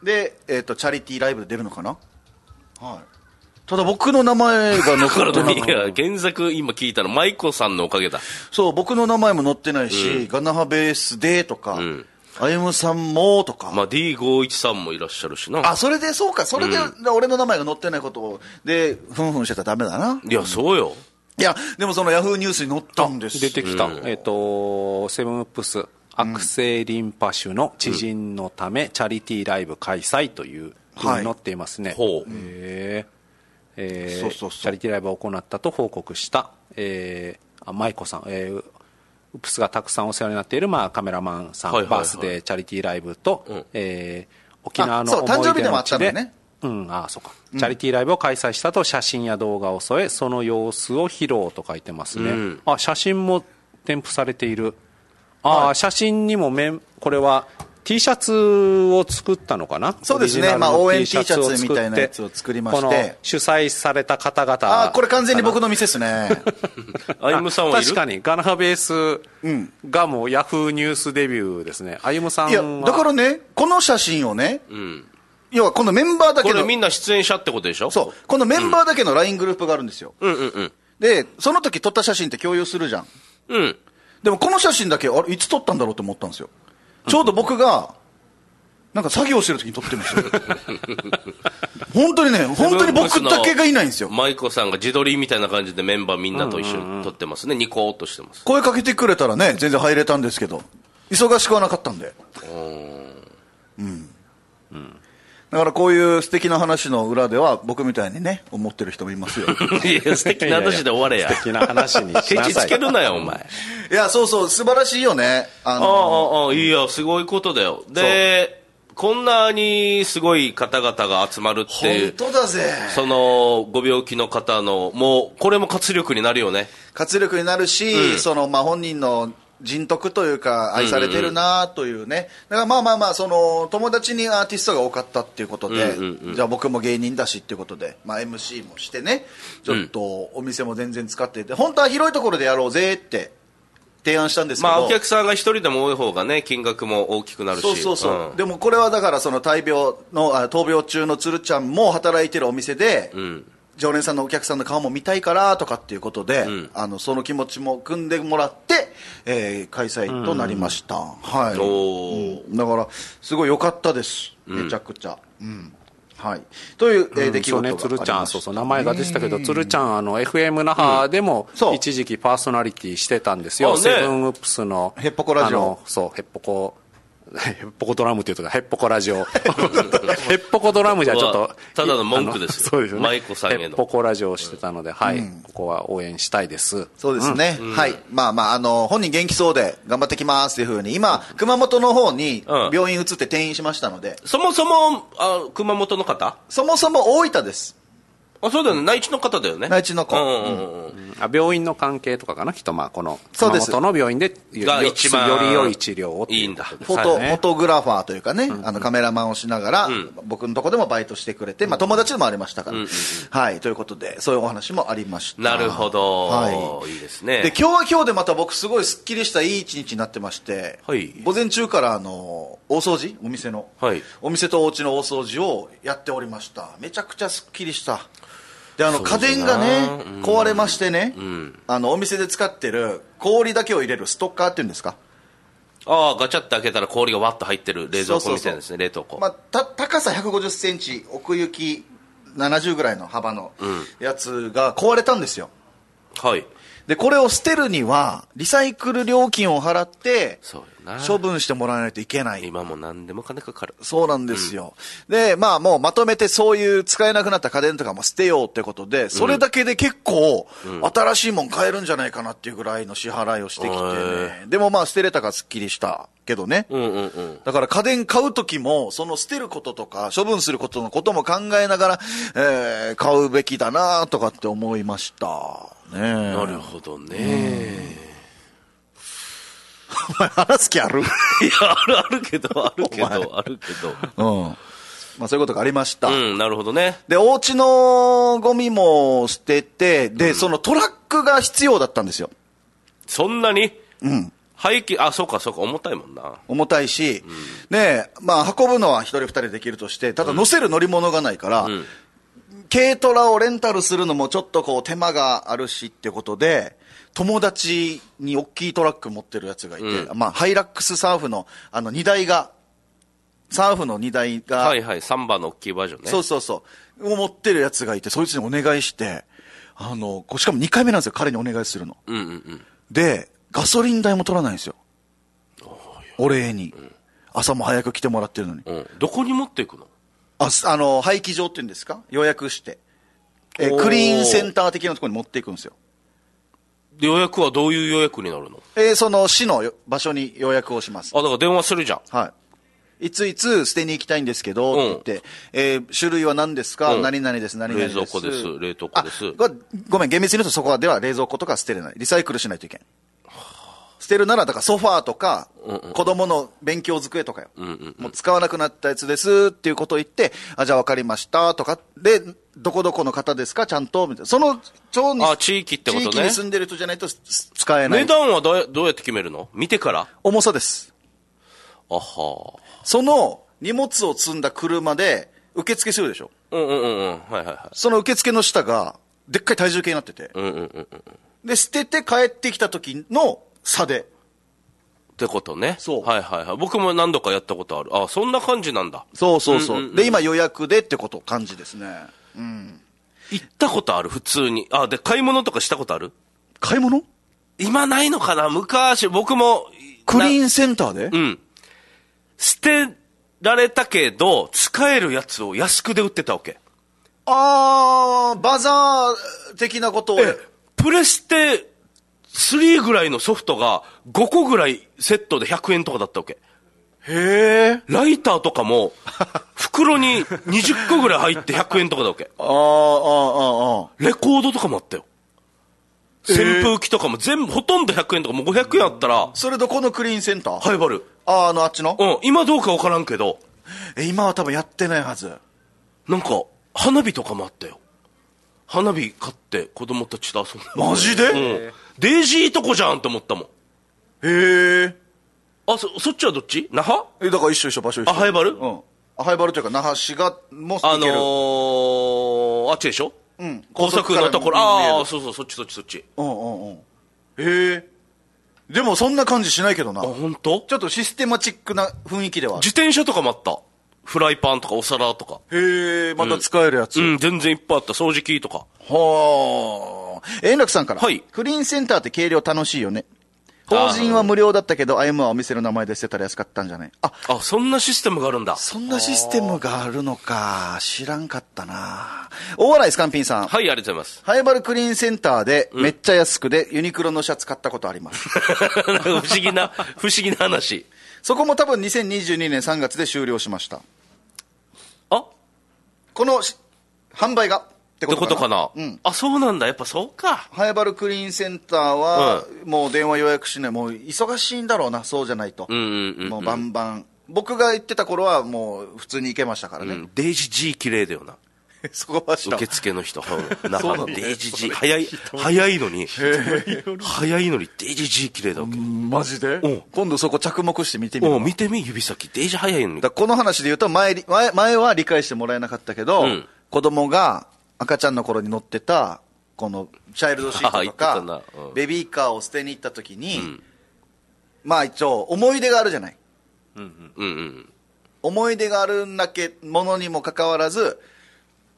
で、えっ、ー、と、チャリティーライブで出るのかな？はい。ただ僕の名前が載ってない。 いや、原作今聞いたの、マイコさんのおかげだ。 そう、僕の名前も載ってないし、うん、ガナハベースでとか、うん、あゆむさんもとか。 まあ ディーごじゅういち さんもいらっしゃるしな。 あ、それでそうか、それで、うん、俺の名前が載ってないことで、ふんふんしてたらダメだな。 いや、そうよ。 いや、でもそのヤフーニュースに載ったんです。 出てきた。うん、えっ、ー、と、セブンウップス、悪性リンパ腫の知人のため、うん、チャリティーライブ開催というふうに載っていますね。はい、ほう。へー。えー、そうそうそう、チャリティーライブを行ったと報告した、えー、あ舞子さん、えー、ウップスがたくさんお世話になっている、まあ、カメラマンさん、はいはいはい、バースデーチャリティーライブと、うん、えー、沖縄の思い出の地で、 誕生日でもあったんだよね。 うん、ああ、そうか、うん。チャリティーライブを開催したと写真や動画を添え、その様子を披露と書いてますね。うん、あ、写真も添付されている。ああ、はい、写真にも面、これは、T シャツを作ったのかな。 そうですね。まあ応援 T シャツみたいなやつを作りまして、この主催された方々。 あ、これ完全に僕の店ですね。 あゆむさんはいる？ 確かにガナハベースがもうヤフーニュースデビューですね。あゆむさんは。 いやだからね、この写真をね、うん、要はこのメンバーだけの、 これみんな出演者ってことでしょ。 そう。このメンバーだけの ライン グループがあるんですよ。 うんうんうん。 でその時撮った写真って共有するじゃん。 うん。 でもこの写真だけあれいつ撮ったんだろうと思ったんですよ。ちょうど僕がなんか作業してる時に撮ってるんですよ。本当にね、本当に僕だけがいないんですよ。 舞子さんが自撮りみたいな感じでメンバーみんなと一緒に撮ってますね。ニコーっとしてます。 声かけてくれたらね、全然入れたんですけど、忙しくはなかったんで。うん。うん。だからこういう素敵な話の裏では僕みたいにね思ってる人もいますよ。 いや素敵な話で終われや。 素敵な話にしなさい。 ケチつけるなよお前。 いやそうそう素晴らしいよね。 あのー、ああいいやすごいことだよ。でこんなにすごい方々が集まるっていう本当だぜ。 そのご病気の方のもうこれも活力になるよね。 活力になるし、うん、そのまあ本人の人徳というか愛されてるなというね、だからまあまあまあその友達にアーティストが多かったっていうことで、うんうんうん、じゃあ僕も芸人だしっていうことで、まあ、エムシー もしてねちょっとお店も全然使ってて、本当は広いところでやろうぜって提案したんですけど、 まあ、お客さんが一人でも多い方がね金額も大きくなるし、 そうそうそう、うん、でもこれはだからその大病の闘病中の鶴ちゃんも働いてるお店で、うん、常連さんのお客さんの顔も見たいからとかっていうことで、うん、あのその気持ちも組んでもらって、えー、開催となりました、うん、はい、おうん、だからすごい良かったです、めちゃくちゃ、うんうんはい、という、えー、出来事がありました、 うん、そうね、鶴ちゃん、そうそう、名前が出てたけど、鶴ちゃん、あの、エフエム 那覇でも、一時期パーソナリティしてたんですよ。うん、セブンウップスの、 ヘッポコラジオ。 そう、ヘッポコ、ヘッポコドラムっていうとか、ヘッポコラジオ。ヘッポコドラムじゃちょっと。 ただの文句ですよ。 そうですよね。 舞子さんへの。 ヘッポコラジオをしてたので、はい、うん、ここは応援したいです。 そうですね。うん、はい。まあまあ、あの、本人元気そうで頑張ってきますっていうふうに、今、熊本の方に病院移って転院しましたので。 うん、そもそも、あ、熊本の方？ そもそも大分です。 あ、そうだよね。内地の方だよね。 内地の子。うんうんうん、あ、病院の関係とかかな、きっと、まあ、この、熊本の病院で、 が一番より良い治療を。 いいんだ。 フォト、はいね、フォトグラファーというかね、うん、あの、カメラマンをしながら、うん、僕のとこでもバイトしてくれて、まあ、友達でもありましたから、うんうんうん。はい、ということで、そういうお話もありました。 なるほど。はい。いいですね。 で、今日は今日でまた僕すごいスッキリしたいい一日になってまして、はい。午前中から、あの、大掃除お店の。はい。お店とお家の大掃除をやっておりました。めちゃくちゃスッキリした。であの家電がね、うん、壊れましてね、うん、あのお店で使ってる氷だけを入れるストッカーっていうんですか。 ああガチャって開けたら氷がわっと入ってる冷蔵庫みたいなですね。冷凍庫、 まあ、た高さひゃくごじゅっセンチ奥行きななじゅうぐらいの幅のやつが壊れたんですよ、 うん、はい。 でこれを捨てるにはリサイクル料金を払って、 そうよな。 処分してもらわないといけない。 今も何でも金かかる。 そうなんですよ。うん、で、まあもうまとめてそういう使えなくなった家電とかも捨てようってことで、それだけで結構、新しいもん買えるんじゃないかなっていうぐらいの支払いをしてきてね。でもまあ捨てれたからスッキリしたけどね。 うんうんうん、 だから家電買うときも、その捨てることとか処分することのことも考えながら、えー、買うべきだなとかって思いました。ね、 なるほどね。 お前話す気ある？いや、 あるあるけど、あるけど、あるけど。 うん。まあそういうことがありました。 うん、なるほどね。 で、お家のゴミも捨てて、で、うん、そのトラックが必要だったんですよ。 そんなに？ うん。 廃棄、あ、そうかそうか、重たいもんな。 重たいし、うん、ねえ、まあ運ぶのは一人二人できるとして、ただ乗せる乗り物がないから、うん、軽トラをレンタルするのもちょっとこう手間があるしってことで、友達に大きいトラック持ってるやつがいて、うん、まあハイラックスサーフのあの荷台が、サーフの荷台が、 はいはい、サンバの大きいバージョンね。 そうそうそう。を持ってるやつがいて、そいつにお願いして、あの、しかもにかいめなんですよ、彼にお願いするの。 うんうんうん。 で、ガソリン代も取らないんですよ。お礼に、うん。朝も早く来てもらってるのに。 うん、どこに持っていくの？ あ、あの、廃棄場っていうんですか？予約して。え、クリーンセンター的なところに持っていくんですよ。 で、予約はどういう予約になるの？ えー、その市の場所に予約をします。 あ、だから電話するじゃん。 はい。いついつ捨てに行きたいんですけど、って言って、うん、えー、種類は何ですか？うん、何々です、何々です。 冷蔵庫です、冷凍庫です。 ごめん、厳密に言うとそこでは冷蔵庫とか捨てれない。リサイクルしないといけん。捨てるなら、だからソファーとか、うんうん、子供の勉強机とかよ、うんうんうん。もう使わなくなったやつですっていうことを言って、あ、じゃあ分かりましたとか、で、どこどこの方ですかちゃんと、みたいな。その町に、 あ、地域ってことね。 地域に住んでる人じゃないと使えない。 値段はどう、どうやって決めるの？見てから？ 重さです。 あは。 その荷物を積んだ車で受付するでしょ。 うんうんうん。はいはいはい。 その受付の下が、でっかい体重計になってて。 うんうんうんうん。 で、捨てて帰ってきた時の差で。 ってことね。 そう。 はいはいはい。僕も何度かやったことある。あ、そんな感じなんだ。 そうそうそう。うんうんうん、で、今予約でってこと感じですね。うん。 行ったことある普通に。あ、で、買い物とかしたことある？ 買い物？ 今ないのかな？昔、僕も。 クリーンセンターで？ うん。捨てられたけど、使えるやつを安くで売ってたわけ。 あー、バザー的なことを。 え、プレステスリーぐらいのソフトがごこぐらいセットでひゃくえんとかだったわけ。 へー。 ライターとかも、袋ににじゅっこぐらい入ってひゃくえんとかだわけ。 あー、あー、あー、あー。レコードとかもあったよ。扇風機とかも全部、ほとんどひゃくえんとかもうごひゃくえんあったら。 それどこのクリーンセンター？ ハイバル。 あー、あの、あっちの？ うん、今どうかわからんけど。 え、今は多分やってないはず。 なんか、花火とかもあったよ。花火買って子供たちと遊んで。 マジで？ うん。デイジーとこじゃんって思ったもん。 へえ。 あ、そ、そっちはどっち？那覇？ え、だから一緒一緒、場所一緒。 あ、ハイバル？ うん。あ、ハイバルというか、那覇市が、もうあのー、あっちでしょ？うん。高速のところ。ああ、そうそう、そっちそっちそっち。 うんうんうん。へえ。でもそんな感じしないけどな。あ、 本当？ ちょっとシステマチックな雰囲気では。 自転車とかもあった。フライパンとかお皿とか。 へえ、また使えるやつ。 うん、うん、全然いっぱいあった。掃除機とか。 はあ。円楽さんから。 はい。 クリーンセンターって軽量楽しいよね。法人は無料だったけど、アイエム はお店の名前で捨てたら安かったんじゃない？あ、 あ、そんなシステムがあるんだ。 そんなシステムがあるのか。知らんかったな。大笑いスカンピンさん。 はい、ありがとうございます。 ハイバルクリーンセンターでめっちゃ安くでユニクロのシャツ買ったことあります。 不思議な、不思議な話。 そこも多分にせんにじゅうにねんさんがつで終了しました。 あ？ この販売が。 ってことかな。 うん。 あ、そうなんだ。やっぱそうか。 ハイバルクリーンセンターは、もう電話予約しない。もう忙しいんだろうな、そうじゃないと。 うんうんうんうん、 もうバンバン。僕が行ってた頃はもう普通に行けましたからね。うん、 デイジ G 綺麗だよな。 そこは受付の人、那覇のデイジ G。早い、早いのに。早いのにデイジ G 綺麗だわけ。 マジで？ うん。 今度そこ着目して見てみる。 うん、見てみ、指先。デイジ早いのに。 だこの話で言うと前、前、前は理解してもらえなかったけど、うん、子供が、赤ちゃんの頃に乗ってたこのチャイルドシートとか、うん、ベビーカーを捨てに行った時に、うん、まあ一応思い出があるじゃない、うんうんうん、思い出があるんだけものにもかかわらずバ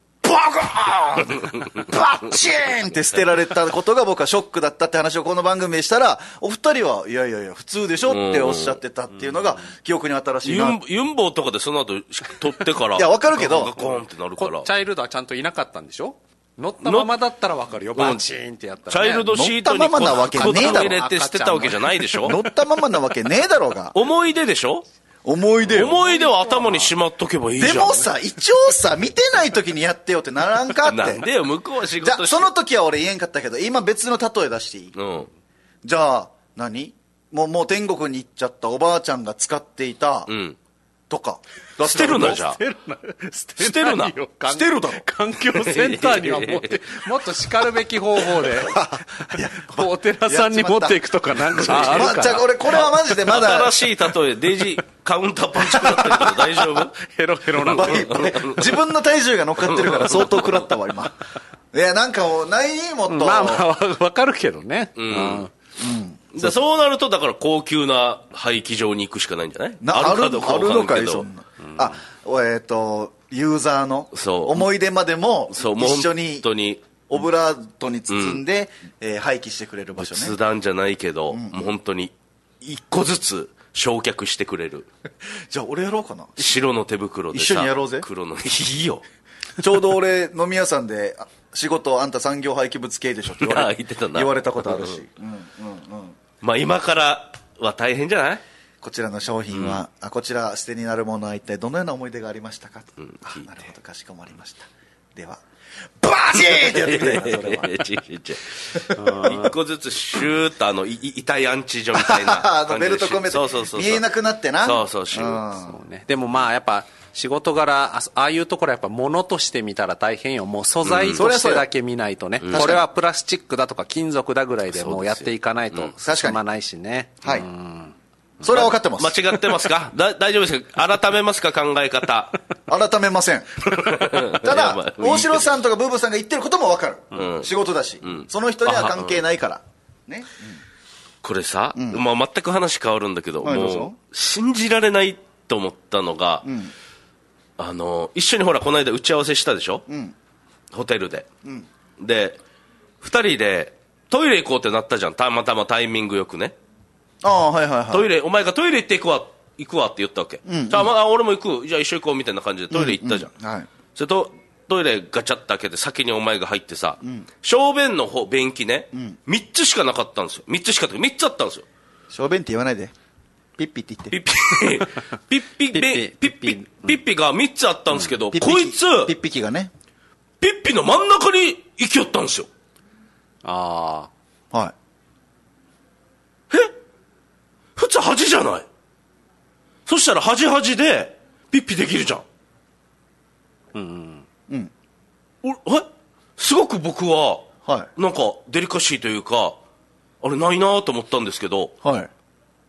ーンバッチーンって捨てられたことが僕はショックだったって話をこの番組でしたら、お二人はいやいやいや普通でしょっておっしゃってたっていうのが記憶に新しいな。 ユンユンボとかでその後取ってからいやわかるけどガコーンってなるからチャイルドはちゃんといなかったんでしょ。乗ったままだったらわかるよ。バチーンってやったら、ね、 チャイルドシートに乗ったままなわけねえだろ入れて捨てたわけじゃないでしょ。 乗ったままなわけねえだろうが。 思い出でしょ。 思い出よ。 思い出を頭にしまっとけばいいじゃん。 でもさ、一応さ、見てない時にやってよってならんかって。 なんでよ、向こうは仕事して。 じゃあ、その時は俺言えんかったけど、今別の例え出していい？ うん。 じゃあ、何もう、もう天国に行っちゃったおばあちゃんが使っていた、 うん。 とか。 捨てるな、じゃあ。 捨てるな。 捨てるな。 捨てるだろ。 環境センターには持って、もっと叱るべき方法で、お寺さんに持っていくとかなんかあるかな。 まあ、じゃあ俺これはマジでまだ。 新しい例え、デジカウンターパンチ食らったけど大丈夫？ ヘロヘロなの。 自分の体重が乗っかってるから相当食らったわ、今。いや、なんかもう、ないもっと。 まあまあ、わかるけどね。 うん。うんだそうなるとだから高級な廃棄場に行くしかないんじゃない？ なあるかどうか分からんけど、あるのかいそんな、うん、あえっ、ー、とユーザーの思い出までも一緒に本当にオブラートに包んで、うんえー、廃棄してくれる場所ね。 仏壇じゃないけど、うん、もう本当に一個ずつ焼却してくれるじゃあ俺やろうかな。 白の手袋でさ一緒にやろうぜ。 黒のいいよちょうど俺飲み屋さんで仕事あんた産業廃棄物系でしょって言われ, 言ってたな言われたことあるし、うんうんうん、 まあ今からは大変じゃない？ こちらの商品は、うん、あこちら捨てになるものは一体どのような思い出がありましたか、うん、あなるほどかしこまりました。ではバチーンってやってくれよそれは一個ずつシューッとあのい遺体安置所みたいなあのベルト込めてそうそうそう見えなくなってな。 そうそうシューッそう、ね、でもまあやっぱ仕事柄 あ, ああいうところはやっぱ物として見たら大変よ。もう素材としてだけ見ないとね、うん、これはプラスチックだとか金属だぐらいでもうやっていかないと進まないしね、 うん、はい、うん、それは分かってます。 間違ってますか？だ大丈夫ですか？改めますか？考え方改めませんただ大城さんとかブーブーさんが言ってることも分かる、うん、仕事だし、うん、その人には関係ないからね、うん、 これさ、うんまあ、全く話変わるんだけど、はい、もう信じられないと思ったのが、うんあの一緒にほらこの間打ち合わせしたでしょ、うん、ホテルで、うん、でふたりでトイレ行こうってなったじゃん。たまたまタイミングよくね。 ああはいはいはい。 トイレお前がトイレ行って行くわ行くわって言ったわけ、うんうん、じゃあ、まあ、俺も行くじゃあ一緒行こうみたいな感じでトイレ行ったじゃん、うんうんはい、それとトイレガチャッと開けて先にお前が入ってさ、うん、小便の方便器ね、うん、みっつしかなかったんですよ。みっつしかってみっつあったんですよ。 小便って言わないでピッピって言って。 ピッピ、ピッピ、ピッピ、ピッピ、ピッピがみっつあったんですけど、うん、こいつ、 ピッピ機がね。 ピッピの真ん中に行きよったんですよ。 ああ。はい。 え普通端じゃない？そしたら端端で、ピッピできるじゃん。 うんうん。 お、えすごく僕は、 はい。 なんか、デリカシーというか、あれないなと思ったんですけど、 はい。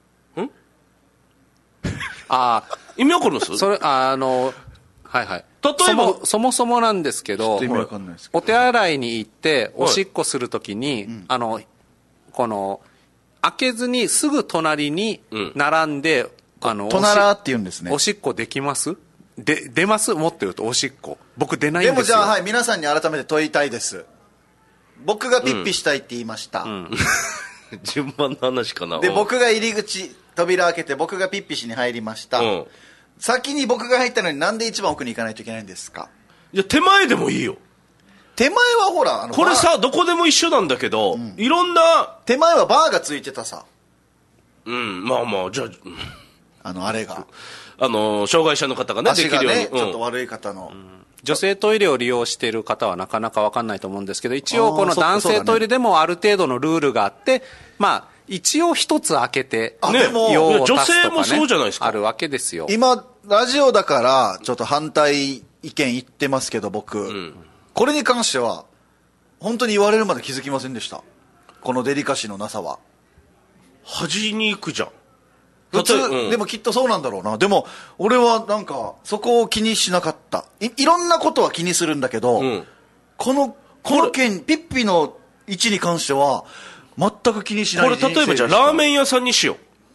ああ意味わかります？ それあのはいはい。 例えばそ, そもそもなんですけど、お手洗いに行っておしっこするときに、はい、あのこの開けずにすぐ隣に並んで、うん、あのトナラーって言うんですね。 おしっこできます？で出ます？持ってるとおしっこ僕出ないんですよ。 でもじゃあはい皆さんに改めて問いたいです。僕がピッピしたいって言いました、うんうん順番の話かな。 で僕が入り口扉開けて僕がピッピしに入りました、うん、先に僕が入ったのになんで一番奥に行かないといけないんですか？ いや手前でもいいよ。 手前はほらあのこれさどこでも一緒なんだけど、うん、いろんな手前はバーがついてたさ。 うんまあまあじゃああのあれがあの障害者の方がね足がねできるように、 ちょっと悪い方の、うん女性トイレを利用している方はなかなか分かんないと思うんですけど、一応この男性トイレでもある程度のルールがあって、まあ一応一つ開けて用を足すとかね、女性もそうじゃないですか、あるわけですよ。 今ラジオだからちょっと反対意見言ってますけど僕、うん、これに関しては本当に言われるまで気づきませんでした。このデリカシーのなさは。 端に行くじゃん普通、うん、でもきっとそうなんだろうな。でも俺はなんかそこを気にしなかった。 い, いろんなことは気にするんだけど、うん、このこの件ピッピの位置に関しては全く気にしない。 これ例えばじゃあラーメン屋さんにしよ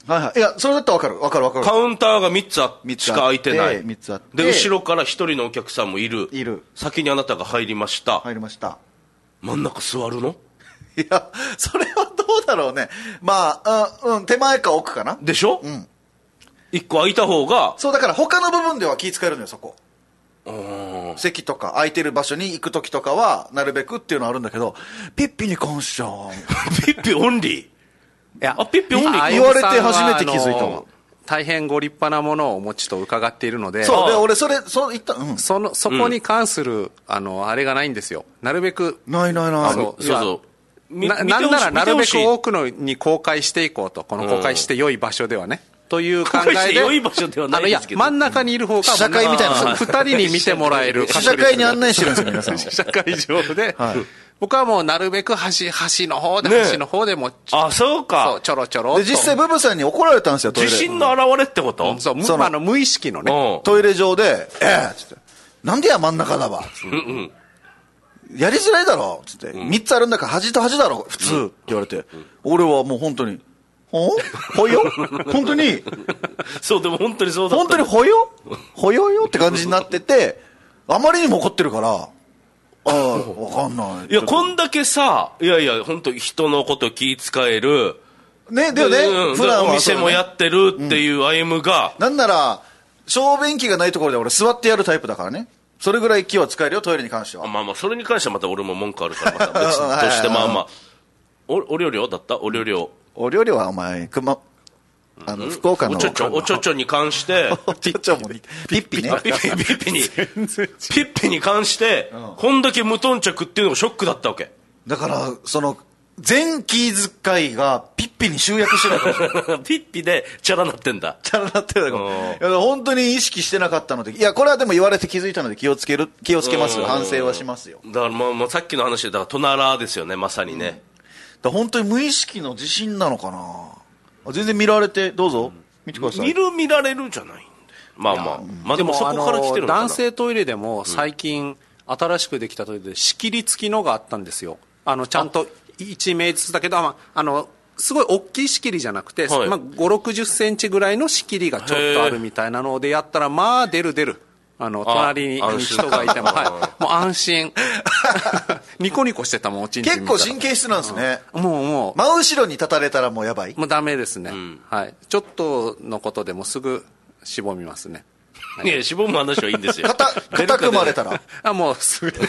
はいはい。いや、それだったらわかる。わかるわかる。 カウンターがみっつあ三つしか空いてない。 みっつあって。 で、後ろからひとりのお客さんもいる。 いる。 先にあなたが入りました。 入りました。 真ん中座るの？ いや、それはどうだろうね。まあ、うん、手前か奥かな。 でしょ？うん。一個空いた方が。 そう、だから他の部分では気遣えるのよ、そこ。席とか空いてる場所に行く時とかはなるべくっていうのはあるんだけど、ピッピに関してはピッピオンリー。いや、 あ、ピッピオンリー言われて初めて気づいたわ。 大変ご立派なものをお持ちと伺っているので、 そうで、俺それそう言った、うん、 そのそこに関する、うん、あのあれがないんですよ。なるべくないないない。 そうそうな, なんならなるべく多くのに公開していこうと、この公開して良い場所ではね、うん、という考えで、 良い場所ではないですけど、 真ん中にいる方が試写会みたいなふたりに見てもらえる試写会に案内してるんですよ皆さん。 試写会場で、はい、僕はもうなるべく端端の方で、 ね、 端の方でもあそうかそうちょろちょろで実際ブブさんに怒られたんですよ。トイレ自信の表れってこと、 うん、そうそのあの無意識のね、 トイレ上で「ええー」っつって「なんでや真ん中だわ」うんうんやりづらいだろっつって、うん、みっつあるんだから端と端だろ普通、うん、って言われて、うん、俺はもう本当にほほよ本当にそうでも本当にそうだった本当にほよほよよって感じになっててあまりにも怒ってるからああ分かんない。 いやこんだけさいやいや本当人のこと気遣えるねでもね、うん、 普段はお店もやってるっていう歩夢が、 うん、なんなら小便器がないところで俺座ってやるタイプだからね。それぐらい気は使えるよトイレに関しては。 あまあまあそれに関してはまた俺も文句あるからまた別としてまあまあおお料理だったお料理お料理はお前熊あの福岡のおちょちょおちょちょに関しておちょちょもピッピねピッピピッピにピッピに関してこんだけ無頓着っていうのがショックだったわけだからその全気遣いがピッピに集約してないからピッピでチャラなってんだチャラなってるだから本当に意識してなかったのでいやこれはでも言われて気づいたので気をつける気をつけますよ反省はしますよ。 だからもう、もうさっきの話でだからトナラですよねまさにね、うん、だから本当に無意識の自信なのかな。全然見られてどうぞ、うん、見てください。 見る見られるんじゃないんでまあまあ、うん、まあでもそこから来てるのかな。 男性トイレでも最近、うん、新しくできたトイレで仕切り付きのがあったんですよ。あのちゃんといち名ずつだけど、まあ、あのすごい大きい仕切りじゃなくて、はいまあ、ごじゅうろくじゅっセンチぐらいの仕切りがちょっとあるみたいなのでやったらまあ出る出るあの隣に人がいても、はい、もう安心ニコニコしてたもんおちんちん結構神経質なんですね、 うん、もうもう真後ろに立たれたらもうやばい。 もうダメですね、うんはい、ちょっとのことでもすぐしぼみますね。 いや、しぼむ話はいいんですよ。 硬くまれたら。 あ、もうすぐ。どう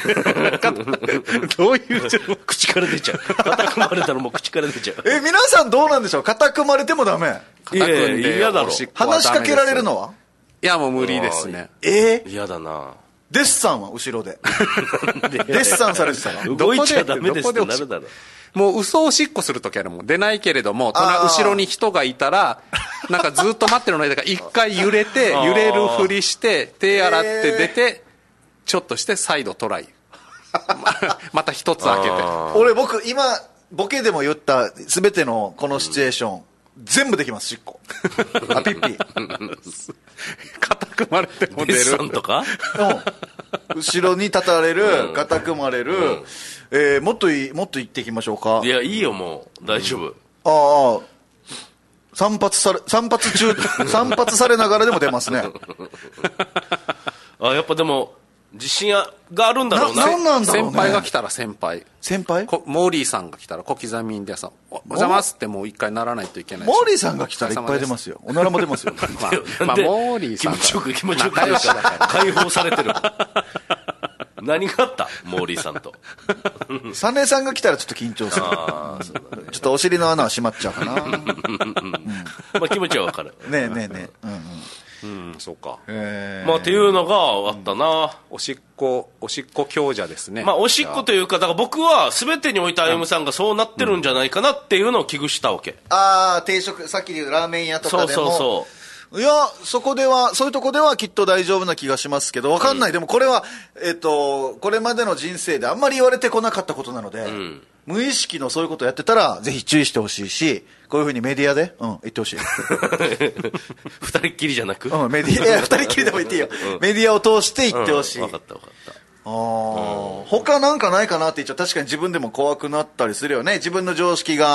いう口から出ちゃう。硬くまれたらもう口から出ちゃう。 え、皆さんどうなんでしょう硬くまれてもダメ。 いやいや、嫌だろ。 話しかけられるのは？ いや、もう無理ですね。 えー、嫌だな。 デッサンは後ろで。デッサンされてたら。 動いちゃダメですってなるだろ。 もう嘘おしっこするときあるもん。出ないけれども、後ろに人がいたら、なんかずっと待ってるのに、だから一回揺れて、揺れるふりして、手洗って出て、ちょっとして再度トライ。また一つ開けて。 俺僕今、ボケでも言った全てのこのシチュエーション、全部できます、しっこ。あ、ピッピ。 固くまれても出る。 デッサンとか後ろに立たれる、固くまれる、うんえー、もっといい、もっと言っていきましょうか。 いや、いいよ、もう。大丈夫。 ああ、散髪され、散髪中、散髪されながらでも出ますね。 あ、やっぱでも、自信があるんだろうな。 な、なんなんだろうね。 先輩が来たら先輩。 先輩モーリーさんが来たら小刻みインディアンさん。お邪魔ますってもう一回ならないといけないし。 モーリーさんが来たらいっぱい出ますよ。おならも出ますよ。 まあ、まあ、モーリーさんが。 気持ちよく、気持ちよく言うから解放されてる。何があったモーリーさんとサネさんが来たらちょっと緊張するあそうだ、ね、ちょっとお尻の穴は閉まっちゃうかな、うんまあ気持ちはわかるねえねえねえうんうん、うん、そうかまあっていうのがあったな、うん、 おしっこおしっこ強者ですね。 まあおしっこというかだから僕は全てにおいて歩夢さんがそうなってるんじゃないかなっていうのを危惧したわけ、うん、 ああ定食さっきで言うラーメン屋とかでもそうそうそういやそこではそういうとこではきっと大丈夫な気がしますけどわかんない、うん、でもこれは、えっと、これまでの人生であんまり言われてこなかったことなので、うん、無意識のそういうことをやってたらぜひ注意してほしいしこういうふうにメディアで、うん、言ってほしい二人っきりじゃなく、 うん、メディアいや二人っきりでも言っていいよ、うん、メディアを通して言ってほしい、 うん、分かった分かったあ、うん、他なんかないかなって言っちゃ確かに自分でも怖くなったりするよね。自分の常識が、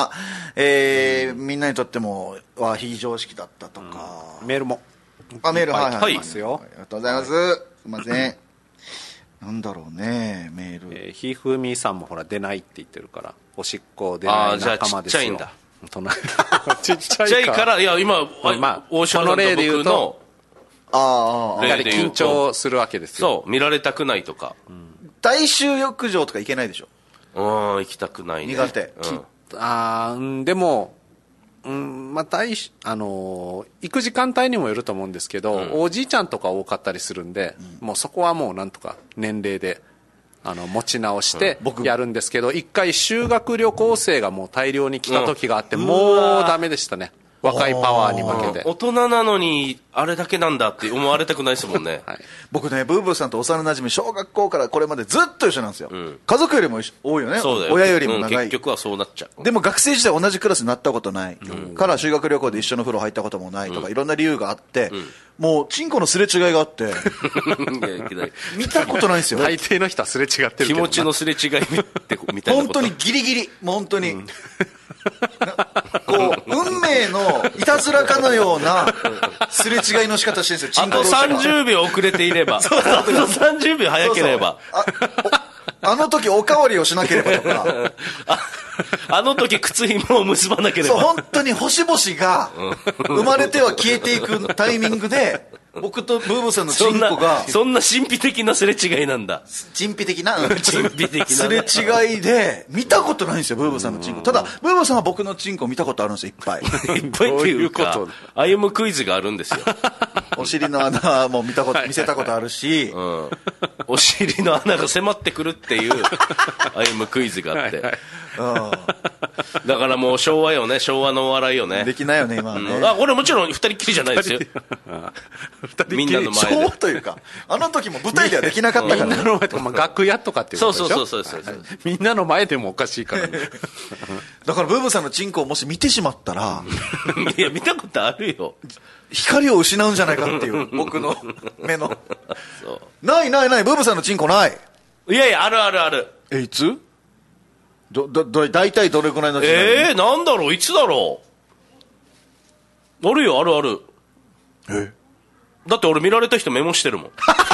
えー、みんなにとってもは非常識だったとか、 うん、メールもあメールはいはい、 はい、ますよ。 ありがとうございます、はい、すいませんなんだろうねメール、 えー、ひふみさんもほら出ないって言ってるからおしっこ出ない仲間ですよ。あ、じゃあちっちゃいんだちっちゃいからいや今、まあ、大城さんと僕のああやはり緊張するわけですよ。 そう見られたくないとか、うん、 大衆浴場とか行けないでしょ。 うん行きたくないね。 苦手、 うん、 あーでもうんまあ、大あのー、行く時間帯にもよると思うんですけど、うん、おじいちゃんとか多かったりするんで、うん、もうそこはもうなんとか年齢であの持ち直してやるんですけど、一、うん、回修学旅行生がもう大量に来た時があって、うん、もうダメでしたね。若いパワーに負けて。 大人なのにあれだけなんだって思われたくないですもんね、 はい、僕ねブーブーさんと幼馴染小学校からこれまでずっと一緒なんですよ、うん、家族よりも多いよね。 そうだよ、 親よりも長い、 うん、結局はそうなっちゃう。 でも学生時代同じクラスになったことない、うん、から修学旅行で一緒の風呂入ったこともないとか、うん、いろんな理由があって、うん、もうチンコのすれ違いがあって見たことないんですよ。 大抵の人はすれ違ってるけど気持ちのすれ違いみたいな本当にギリギリもう本当に、うんこう運命のいたずらかのようなすれ違いの仕方してるんですよ。 あとさんじゅうびょう遅れていればそうそうあとさんじゅうびょう早ければそうそう あ, あの時おかわりをしなければとかあ, あの時靴紐を結ばなければそう本当に星々が生まれては消えていくタイミングで僕とブーブーさんのチンコがそんな神秘的なすれ違いなんだ。 神秘的な神秘的なすれ違いで見たことないんですよブーブーさんのチンコ。ただブーブーさんは僕のチンコ見たことあるんですよいっぱいいっぱいっていうか歩むクイズがあるんですよお尻の穴も見たこと見せたことあるし、うん、 お尻の穴が迫ってくるっていう歩むクイズがあってはい、はいうん、だからもう昭和よね昭和のお笑いよね。 できないよね今はね、 うん、あ俺もちろん二人っきりじゃないですよみんなの前で昭和というかあの時も舞台ではできなかったから、ね、 みんなの前でも楽屋とかっていうことでしょ。 そうそうそうそうそう、はい、 みんなの前でもおかしいからねだからブーブーさんのチンコをもし見てしまったらいや見たことあるよ。 光を失うんじゃないかっていう僕の目のそうないないないブーブーさんのチンコない。 いやいやあるあるある。 えいつどどど大体どれくらいの時代？ えー、なんだろういつだろう。あるよあるある。 えだって俺見られた人メモしてるもん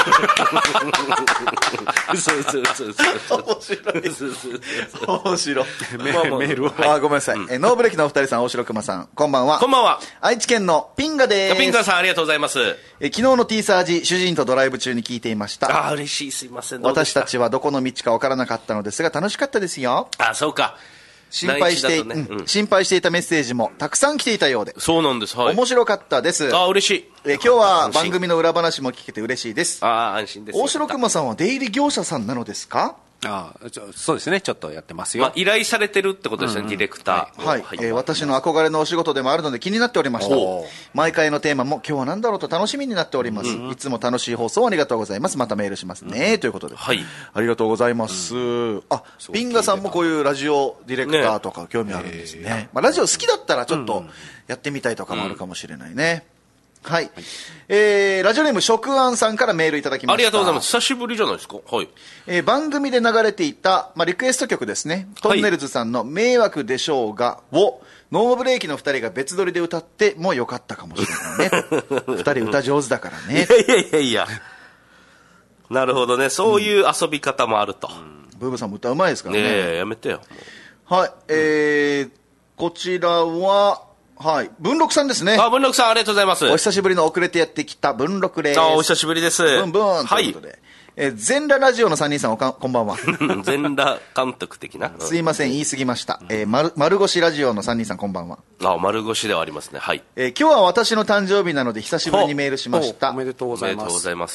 そうそうそうそう面白い面白いメールを、 はい、あごめんなさい、うん、えノーブレーキのお二人さん大城熊さんこんばんは。 こんばんは。 愛知県のピンガです。 ピンガさんありがとうございます。 え昨日の T サージ主人とドライブ中に聞いていました。 あ嬉しいすいません。 私たちはどこの道か分からなかったのですが楽しかったですよ。 あそうか心配して、ねうん、心配していたメッセージもたくさん来ていたようで。 そうなんです、はい、 面白かったです。 あ嬉しい。 え今日は番組の裏話も聞けて嬉しいです。 あ安心です。 大城熊さんは出入り業者さんなのですか？ あそうですねちょっとやってますよ、まあ、 依頼されてるってことですね、うんうん、ディレクター。 はい、はいえー、私の憧れのお仕事でもあるので気になっておりました。毎回のテーマも今日は何だろうと楽しみになっております、うんうん、いつも楽しい放送ありがとうございます。またメールしますね、うん、ということで、はい、ありがとうございます、うん、あピンガさんもこういうラジオディレクターとか興味あるんですね、ねまあ、ラジオ好きだったらちょっとやってみたいとかもあるかもしれないね、うんはい、えー、ラジオネーム食安さんからメールいただきました。 ありがとうございます。久しぶりじゃないですか。はい、 えー、番組で流れていた、まあ、リクエスト曲ですね、トンネルズさんの迷惑でしょうがをノーブレーキのふたりが別撮りで歌ってもよかったかもしれないねふたり歌上手だからね。 いやいやいやいやなるほどねそういう遊び方もあると、うん、 ブーブーさんも歌うまいですからね。 ねえやめてよ。 はい、えー、こちらははい、文禄さんですね。 あ、文禄さんありがとうございます。 お久しぶりの遅れてやってきた文禄です。 あ、お久しぶりです。 ブンブンということで、はい、えー、全裸ラジオのさんにんさんおかこんばんは全裸監督的なすいません言い過ぎました、えー、丸, 丸腰ラジオのさんにんさんこんばんは。 あ、丸腰ではありますね。はい、 えー、今日は私の誕生日なので久しぶりにメールしました。 おめでとうございます。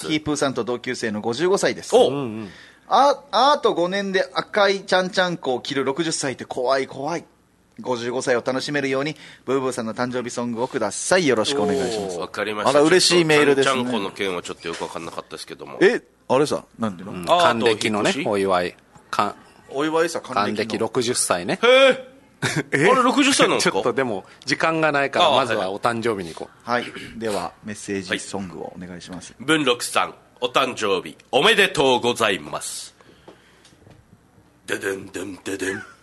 ヒープーさんと同級生のごじゅうごさいです。お、うんうん、ああとごねんで赤いちゃんちゃんこを着るろくじゅっさいって怖い怖い。ごじゅうごさいを楽しめるようにブーブーさんの誕生日ソングをください。よろしくお願いします。 わかりました。 あら嬉しいメールですね。 ちゃんちゃんこの件はちょっとよく分かんなかったですけども。 えあれさなんでの、うん、 還暦のねお祝いかお祝いさ還暦の還暦ろくじゅっさいね。 へえあれろくじゅっさいなんですか。 ちょっとでも時間がないからまずはお誕生日に行こう。はい、はい、ではメッセージソングをお願いします。 文禄さんお誕生日おめでとうございます。ででんでんででん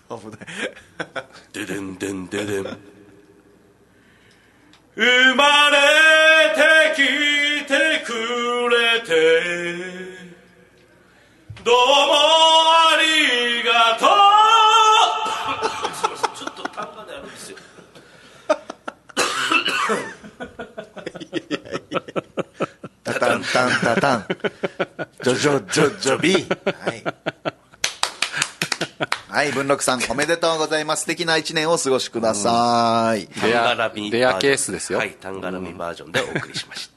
危ないででんでんででん生まれてきてくれてどうもありがとうすいませんちょっと単価であるんですよタタンタンタタンジョジョジョジョビーはいはい、文禄さんおめでとうございます。素敵な一年をお過ごしください。 タンガラミレアケースですよ。 はい、タンガラミバージョンでお送りしました。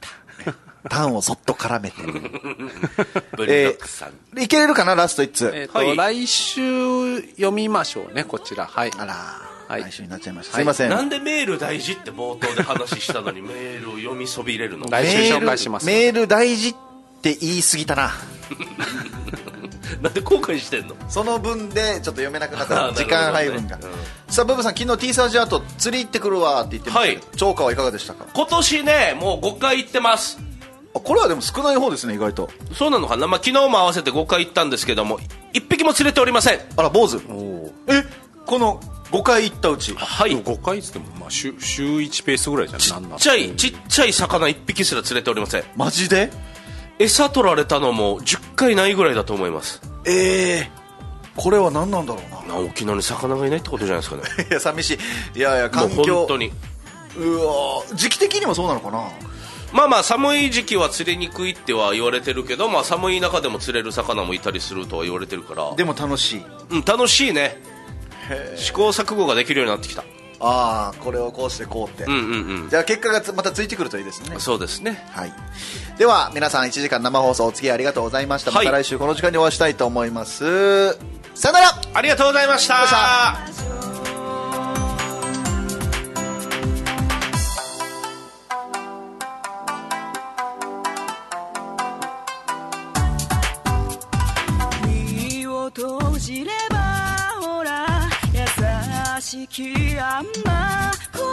タンをそっと絡めて。 文禄さん、 えー、いけれるかなラストいっつう。 えっ、ー、と、はい、来週読みましょうねこちら。はい。 あら、はい、来週になっちゃいました。 はい、 すいません。 なんでメール大事って冒頭で話したのにメールを読みそびれるの？ 来週紹介します。 メール大事って言い過ぎたな。 なんで後悔してんの？ その分でちょっと読めなくなった時間配分が、 ね、 うん、さあブブさん昨日 T サージアート釣り行ってくるわって言ってましたけど、はい、超過はいかがでしたか？ 今年ねもうごかい行ってます。 あ、これはでも少ない方ですね意外と。 そうなのかな、まあ、昨日も合わせてごかい行ったんですけどもいっぴきも釣れておりません。 あら坊主。えこのごかい行ったうち、 はい、ごかいっつってもまあ 週, 週いちペースぐらいじゃない。 ちっちゃいちっちゃい魚いっぴきすら釣れておりません。 マジで？ 餌取られたのもじゅっかいないぐらいだと思います。 ええー、これは何なんだろうな。 沖縄に魚がいないってことじゃないですかね。 いや寂しい。いやいや環境本当にうわ時期的にもそうなのかな。 まあまあ寒い時期は釣れにくいっては言われてるけど、まあ、寒い中でも釣れる魚もいたりするとは言われてるから。 でも楽しい。 うん楽しいね。試行錯誤ができるようになってきた。 ああこれをこうしてこうって、 うんうんうん、 じゃあ結果がまたついてくるといいですね。 そうですね、 はい、では皆さんいちじかん生放送お付き合いありがとうございました、はい、また来週この時間にお会いしたいと思います。さよなら。 ありがとうございました。 身を閉じればほら優しきあんま